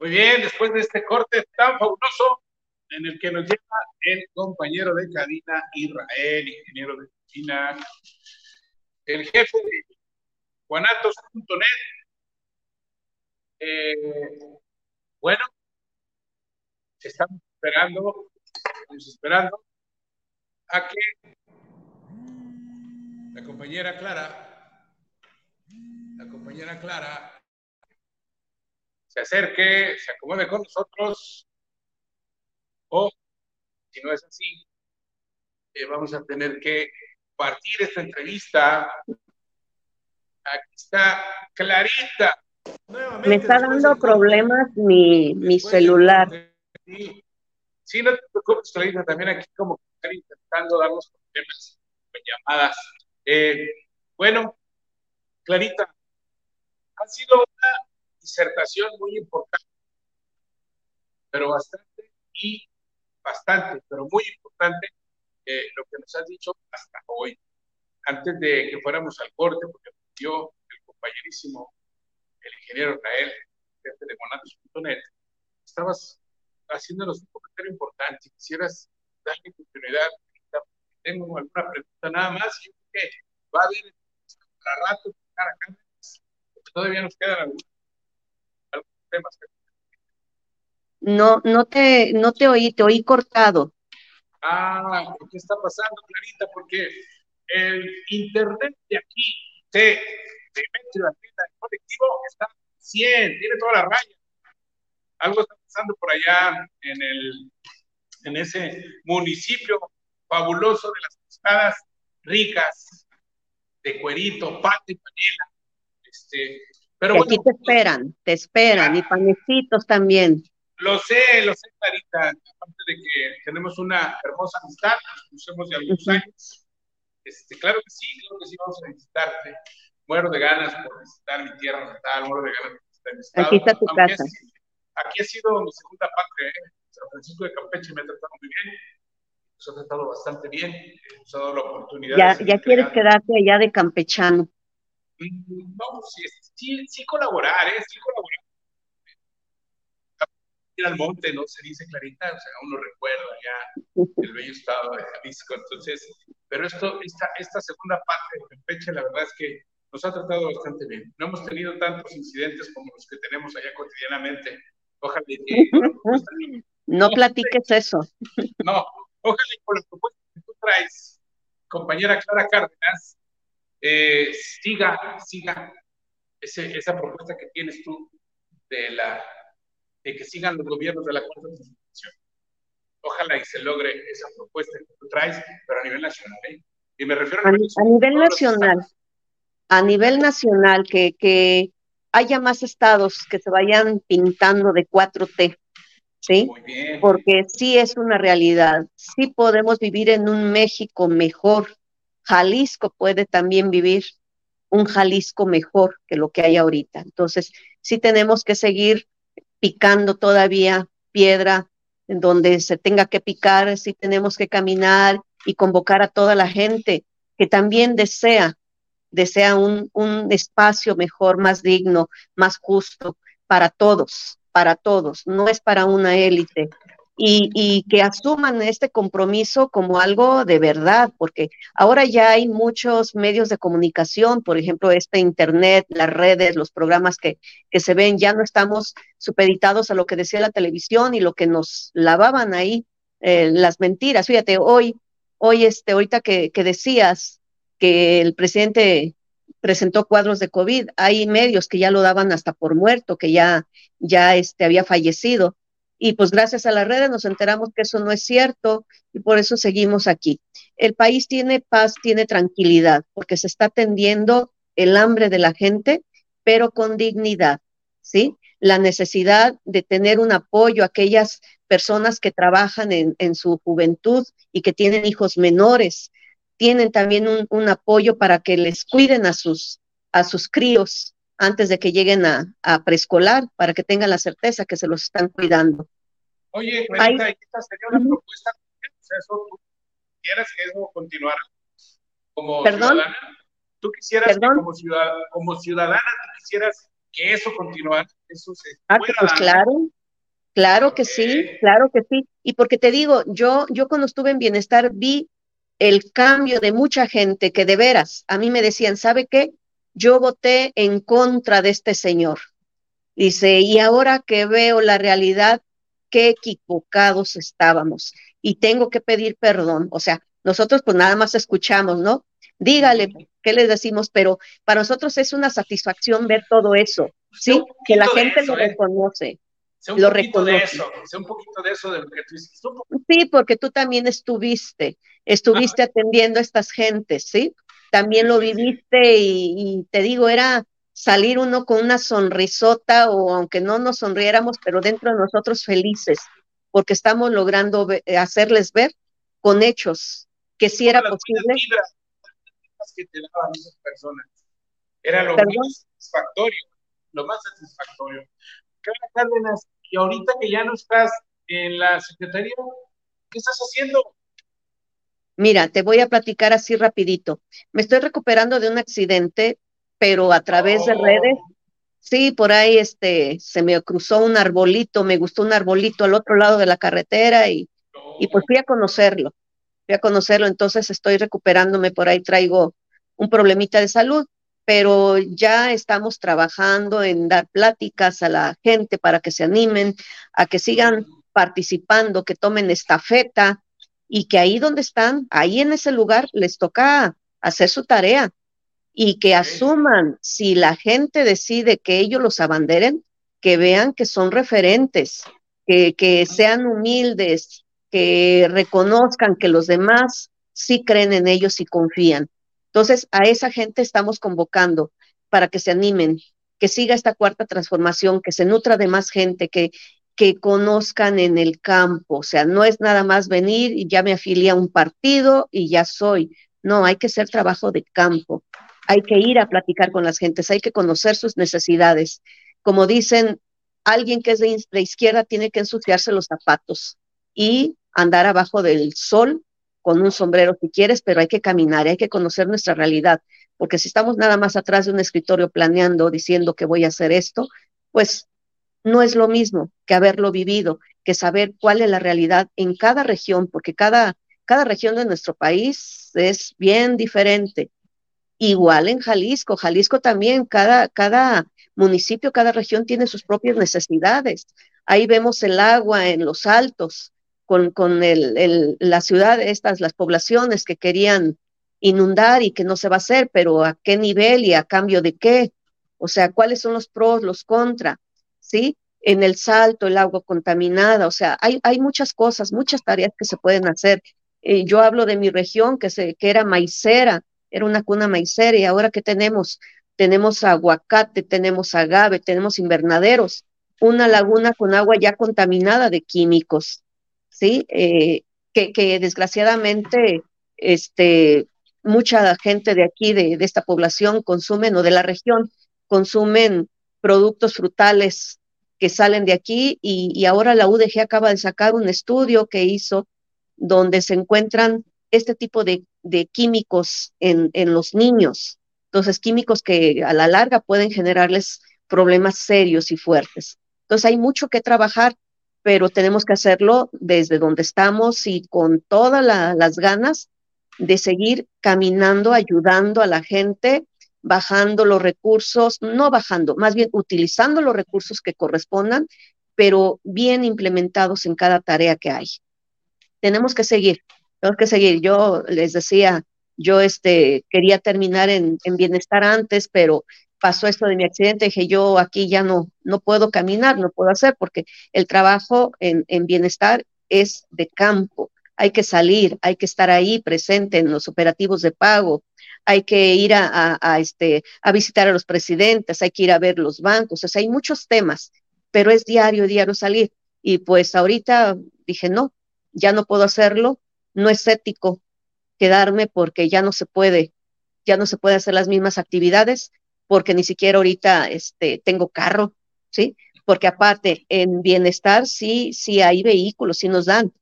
Muy bien, después de este corte tan fabuloso en el que nos lleva el compañero de cabina Israel, ingeniero de cocina, el jefe de guanatos punto net. Eh, bueno, estamos esperando, estamos esperando a que la compañera Clara, la compañera Clara se acerque, se acomode con nosotros, o si no es así, eh, vamos a tener que partir esta entrevista. Aquí está Clarita. Nuevamente, me está dando problemas corte, mi, mi celular. Sí. sí, no te preocupes, Clarita, también aquí como que están intentando darnos problemas con llamadas. Eh, bueno, Clarita, ha sido una disertación muy importante, pero bastante y bastante, pero muy importante eh, lo que nos has dicho hasta hoy. Antes de que fuéramos al corte, porque yo, el compañerísimo, el ingeniero Israel, jefe de guanatos punto net, estabas haciéndonos un comentario importante. Quisieras darle continuidad. Tengo alguna pregunta nada más. Yo creo que va a haber para rato, cara a cara, porque todavía nos quedan algunos, algunos temas. No, no te, no te oí, te oí cortado. Ah, ¿qué está pasando, Clarita? Porque el internet de aquí, de, de Metro, el colectivo, está cien, tiene toda la raya. Algo está pasando por allá en, el, en ese municipio fabuloso de las tostadas ricas, de cuerito, pan y panela. Este, pero y bueno, aquí te esperan, te esperan, ya, y panecitos también. Lo sé, lo sé, Clarita, aparte de que tenemos una hermosa amistad, nos conocemos de algunos uh-huh. años. Este, claro que sí, claro que sí, vamos a visitarte. Muero de ganas por visitar mi tierra natal, muero de ganas por visitar mi estado. Aquí está tu Aunque casa. Es, aquí ha sido mi segunda patria, ¿eh? San Francisco de Campeche me ha tratado muy bien, nos ha tratado bastante bien, nos ha dado la oportunidad ya, de ya quieres creando. Quedarte allá de campechano. Vamos, sí, sí, sí colaborar, ¿eh? Sí colaborar. Ir al monte, ¿no? Se dice, Clarita, o sea, uno recuerda ya el bello estado de Jalisco. Entonces, pero esto, esta, esta segunda parte de Campeche, la verdad es que nos ha tratado bastante bien. No hemos tenido tantos incidentes como los que tenemos allá cotidianamente. Ojalá que con la propuesta... No platiques eso. No, ojalá que con la propuesta que tú traes, compañera Clara Cárdenas, eh, siga, siga ese, esa propuesta que tienes tú de la de que sigan los gobiernos de la Cuarta Transformación. Ojalá y se logre esa propuesta que tú traes, pero a nivel nacional, ¿eh? Y me refiero a, a, a nivel nacional, a nivel nacional, que, que haya más estados que se vayan pintando de cuatro T, ¿sí? Muy bien. Porque sí es una realidad, sí podemos vivir en un México mejor. Jalisco puede también vivir un Jalisco mejor que lo que hay ahorita. Entonces, sí tenemos que seguir picando todavía piedra en donde se tenga que picar, sí tenemos que caminar y convocar a toda la gente que también desea, desea un, un espacio mejor, más digno, más justo para todos, para todos, no es para una élite. Y, y que asuman este compromiso como algo de verdad, porque ahora ya hay muchos medios de comunicación, por ejemplo, este internet, las redes, los programas que, que se ven, ya no estamos supeditados a lo que decía la televisión y lo que nos lavaban ahí, eh, las mentiras. Fíjate, hoy, hoy este, ahorita que, que decías que el presidente presentó cuadros de COVID, hay medios que ya lo daban hasta por muerto, que ya, ya este, había fallecido. Y pues gracias a las redes nos enteramos que eso no es cierto y por eso seguimos aquí. El país tiene paz, tiene tranquilidad, porque se está atendiendo el hambre de la gente, pero con dignidad, ¿sí? La necesidad de tener un apoyo a aquellas personas que trabajan en, en su juventud y que tienen hijos menores, tienen también un, un apoyo para que les cuiden a sus, a sus críos antes de que lleguen a, a preescolar, para que tengan la certeza que se los están cuidando. Oye, Clarita, ¿y esta sería una uh-huh. propuesta? O sea, eso, ¿tú quisieras que eso continuara como ¿Perdón? ciudadana? ¿Tú quisieras ¿Perdón? que como ciudadana, como ciudadana, tú quisieras que eso continuará, eso se Ah, pueda pues dar. claro, claro que Ok. sí, claro que sí. Y porque te digo, yo, yo cuando estuve en Bienestar vi el cambio de mucha gente que de veras, a mí me decían, ¿sabe qué? Yo voté en contra de este señor. Dice, y ahora que veo la realidad, qué equivocados estábamos y tengo que pedir perdón. O sea, nosotros pues nada más escuchamos, ¿no? Dígale, Ujú. ¿qué les decimos? Pero para nosotros es una satisfacción ver todo eso, Sé un ¿sí? Que la poquito de gente lo eso, ¿eh? reconoce, Sé un lo poquito de reconoce. eso, sé un poquito de eso de lo que tú hiciste. Un poquito. Sí, porque tú también estuviste, estuviste atendiendo a estas gentes, ¿sí? También Sí, lo sí, sí. viviste y, y te digo, era salir uno con una sonrisota o aunque no nos sonriéramos, pero dentro de nosotros felices, porque estamos logrando ve- eh, hacerles ver con hechos que sí Todas era las buenas posible. vibras que te daban esas personas. Era lo Perdón, más satisfactorio, lo más satisfactorio. Carla Cárdenas, y ahorita que ya no estás en la Secretaría, ¿qué estás haciendo? mira, te voy a platicar así rapidito. Me estoy recuperando de un accidente, pero a través de redes. Oh, Sí, por ahí este, se me cruzó un arbolito, me gustó un arbolito al otro lado de la carretera y, y pues oh, fui a conocerlo, fui a conocerlo, entonces estoy recuperándome, por ahí traigo un problemita de salud, pero ya estamos trabajando en dar pláticas a la gente para que se animen, a que sigan participando, que tomen estafeta y que ahí donde están, ahí en ese lugar les toca hacer su tarea y que okay. asuman, si la gente decide que ellos los abanderen, que vean que son referentes, que, que sean humildes, que reconozcan que los demás sí creen en ellos y confían. Entonces, a esa gente estamos convocando para que se animen, que siga esta cuarta transformación, que se nutra de más gente, que, que conozcan en el campo. O sea, no es nada más venir y ya me afilié a un partido y ya soy. No, hay que hacer trabajo de campo, hay que ir a platicar con las gentes, hay que conocer sus necesidades. Como dicen, alguien que es de, de izquierda tiene que ensuciarse los zapatos y andar abajo del sol con un sombrero si quieres, pero hay que caminar, hay que conocer nuestra realidad, porque si estamos nada más atrás de un escritorio planeando, diciendo que voy a hacer esto, pues no es lo mismo que haberlo vivido, que saber cuál es la realidad en cada región, porque cada, cada región de nuestro país es bien diferente. Igual en Jalisco, Jalisco también, cada, cada municipio, cada región tiene sus propias necesidades. Ahí vemos el agua en los altos, con, con el, el, la ciudad, estas, las poblaciones que querían inundar y que no se va a hacer, pero ¿a qué nivel y a cambio de qué? O sea, ¿cuáles son los pros, los contra? ¿Sí? En el Salto, el agua contaminada, o sea, hay, hay muchas cosas, muchas tareas que se pueden hacer. Eh, yo hablo de mi región, que, se, que era maicera, era una cuna maicera y ahora ¿qué tenemos? Tenemos aguacate, tenemos agave, tenemos invernaderos, una laguna con agua ya contaminada de químicos, ¿sí? Eh, que, que desgraciadamente este, mucha gente de aquí, de, de esta población, consumen, o de la región, consumen productos frutales que salen de aquí y, y ahora la U D G acaba de sacar un estudio que hizo donde se encuentran este tipo de, de químicos en, en los niños. Entonces, químicos que a la larga pueden generarles problemas serios y fuertes. Entonces, hay mucho que trabajar, pero tenemos que hacerlo desde donde estamos y con todas la, las ganas de seguir caminando, ayudando a la gente, bajando los recursos, no bajando, más bien utilizando los recursos que correspondan, pero bien implementados en cada tarea que hay. Tenemos que seguir, tenemos que seguir. Yo les decía, yo este, quería terminar en, en bienestar antes, pero pasó esto de mi accidente, dije yo aquí ya no, no puedo caminar, no puedo hacer, porque el trabajo en, en bienestar es de campo, hay que salir, hay que estar ahí presente en los operativos de pago, hay que ir a, a, a, este, a visitar a los presidentes, hay que ir a ver los bancos, o sea, hay muchos temas, pero es diario, diario salir. Y pues ahorita dije, no, ya no puedo hacerlo, no es ético quedarme porque ya no se puede, ya no se puede hacer las mismas actividades porque ni siquiera ahorita este, tengo carro, ¿sí? Porque aparte, en bienestar sí, sí hay vehículos, sí nos dan,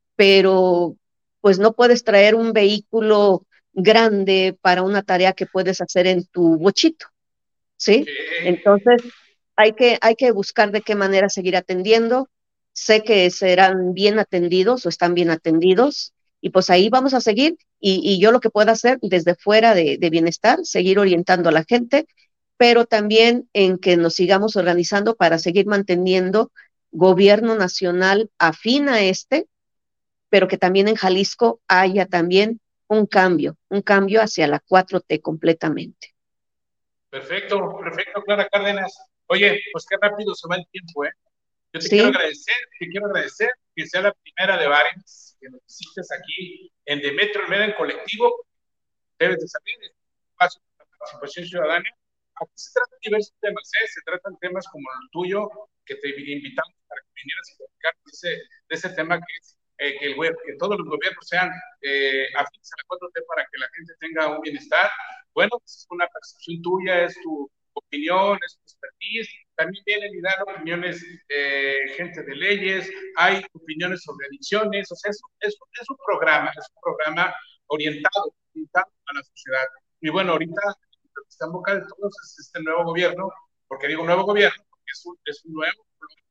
pero pues no puedes traer un vehículo grande para una tarea que puedes hacer en tu bochito, ¿sí? Okay. Entonces, hay que, hay que buscar de qué manera seguir atendiendo. Sé que serán bien atendidos o están bien atendidos y pues ahí vamos a seguir y, y yo lo que pueda hacer desde fuera de, de bienestar, seguir orientando a la gente, pero también en que nos sigamos organizando para seguir manteniendo gobierno nacional afín a este, pero que también en Jalisco haya también un cambio, un cambio hacia la cuatro T completamente. Perfecto, perfecto, Clara Cárdenas. Oye, pues qué rápido se va el tiempo, ¿eh? Yo te ¿Sí? quiero agradecer, te quiero agradecer que sea la primera de varias que nos visites aquí en Demetrio Olmeda en colectivo. Debes de saber, es un espacio de participación ciudadana. Aquí se tratan diversos temas, ¿eh? Se tratan temas como el tuyo, que te invitamos para que vinieras a platicar de ese, de ese tema que es eh, que, el web, que todos los gobiernos sean eh, afines a la cuatro T para que la gente tenga un bienestar. Bueno, pues es una percepción tuya, es tu opinión, es tu expertise. También vienen y dan opiniones eh, gente de leyes, hay opiniones sobre adicciones, o sea, es, es, es un programa, es un programa orientado, orientado a la sociedad. Y bueno, ahorita lo que está en boca de todos es este nuevo gobierno, porque digo nuevo gobierno, porque es un, es un nuevo,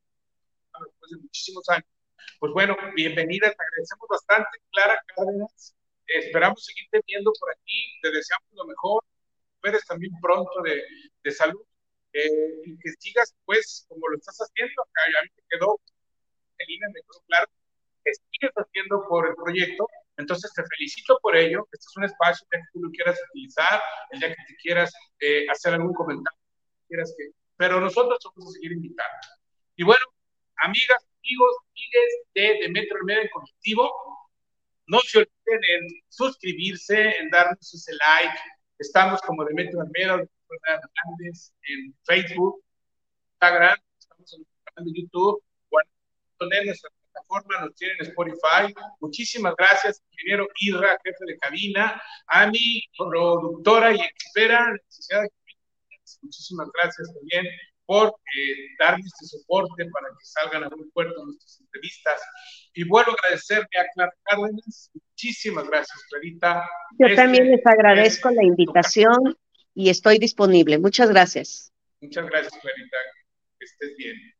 después de muchísimos años. Pues bueno, bienvenida, te agradecemos bastante, Clara Cárdenas. Eh, esperamos seguirte viendo por aquí, te deseamos lo mejor, eres también pronto de, de salud, eh, y que sigas pues como lo estás haciendo. Acá a mí me quedó, Elina, me quedó claro que sigues haciendo por el proyecto, entonces te felicito por ello. Este es un espacio que tú lo quieras utilizar, el día que te quieras eh, hacer algún comentario, quieras que, pero nosotros vamos a seguir invitando. Y bueno, amigas, amigos, amigues de Demetrio Olmeda en colectivo, no se olviden en suscribirse, en darnos ese like. Estamos como Demetrio Olmeda, Hernández, en Facebook, Instagram, estamos en el canal de YouTube, bueno, en nuestra plataforma, nos tienen en Spotify. Muchísimas gracias, ingeniero Irra, jefe de cabina, a mi productora y expera, licenciada. Muchísimas gracias también por eh, darme este soporte para que salgan a buen puerto nuestras entrevistas. Y vuelvo a agradecerle a Clara Cárdenas. Muchísimas gracias, Clarita. Yo este, también les agradezco es la invitación y estoy disponible. Muchas gracias. Muchas gracias, Clarita. Que estés bien.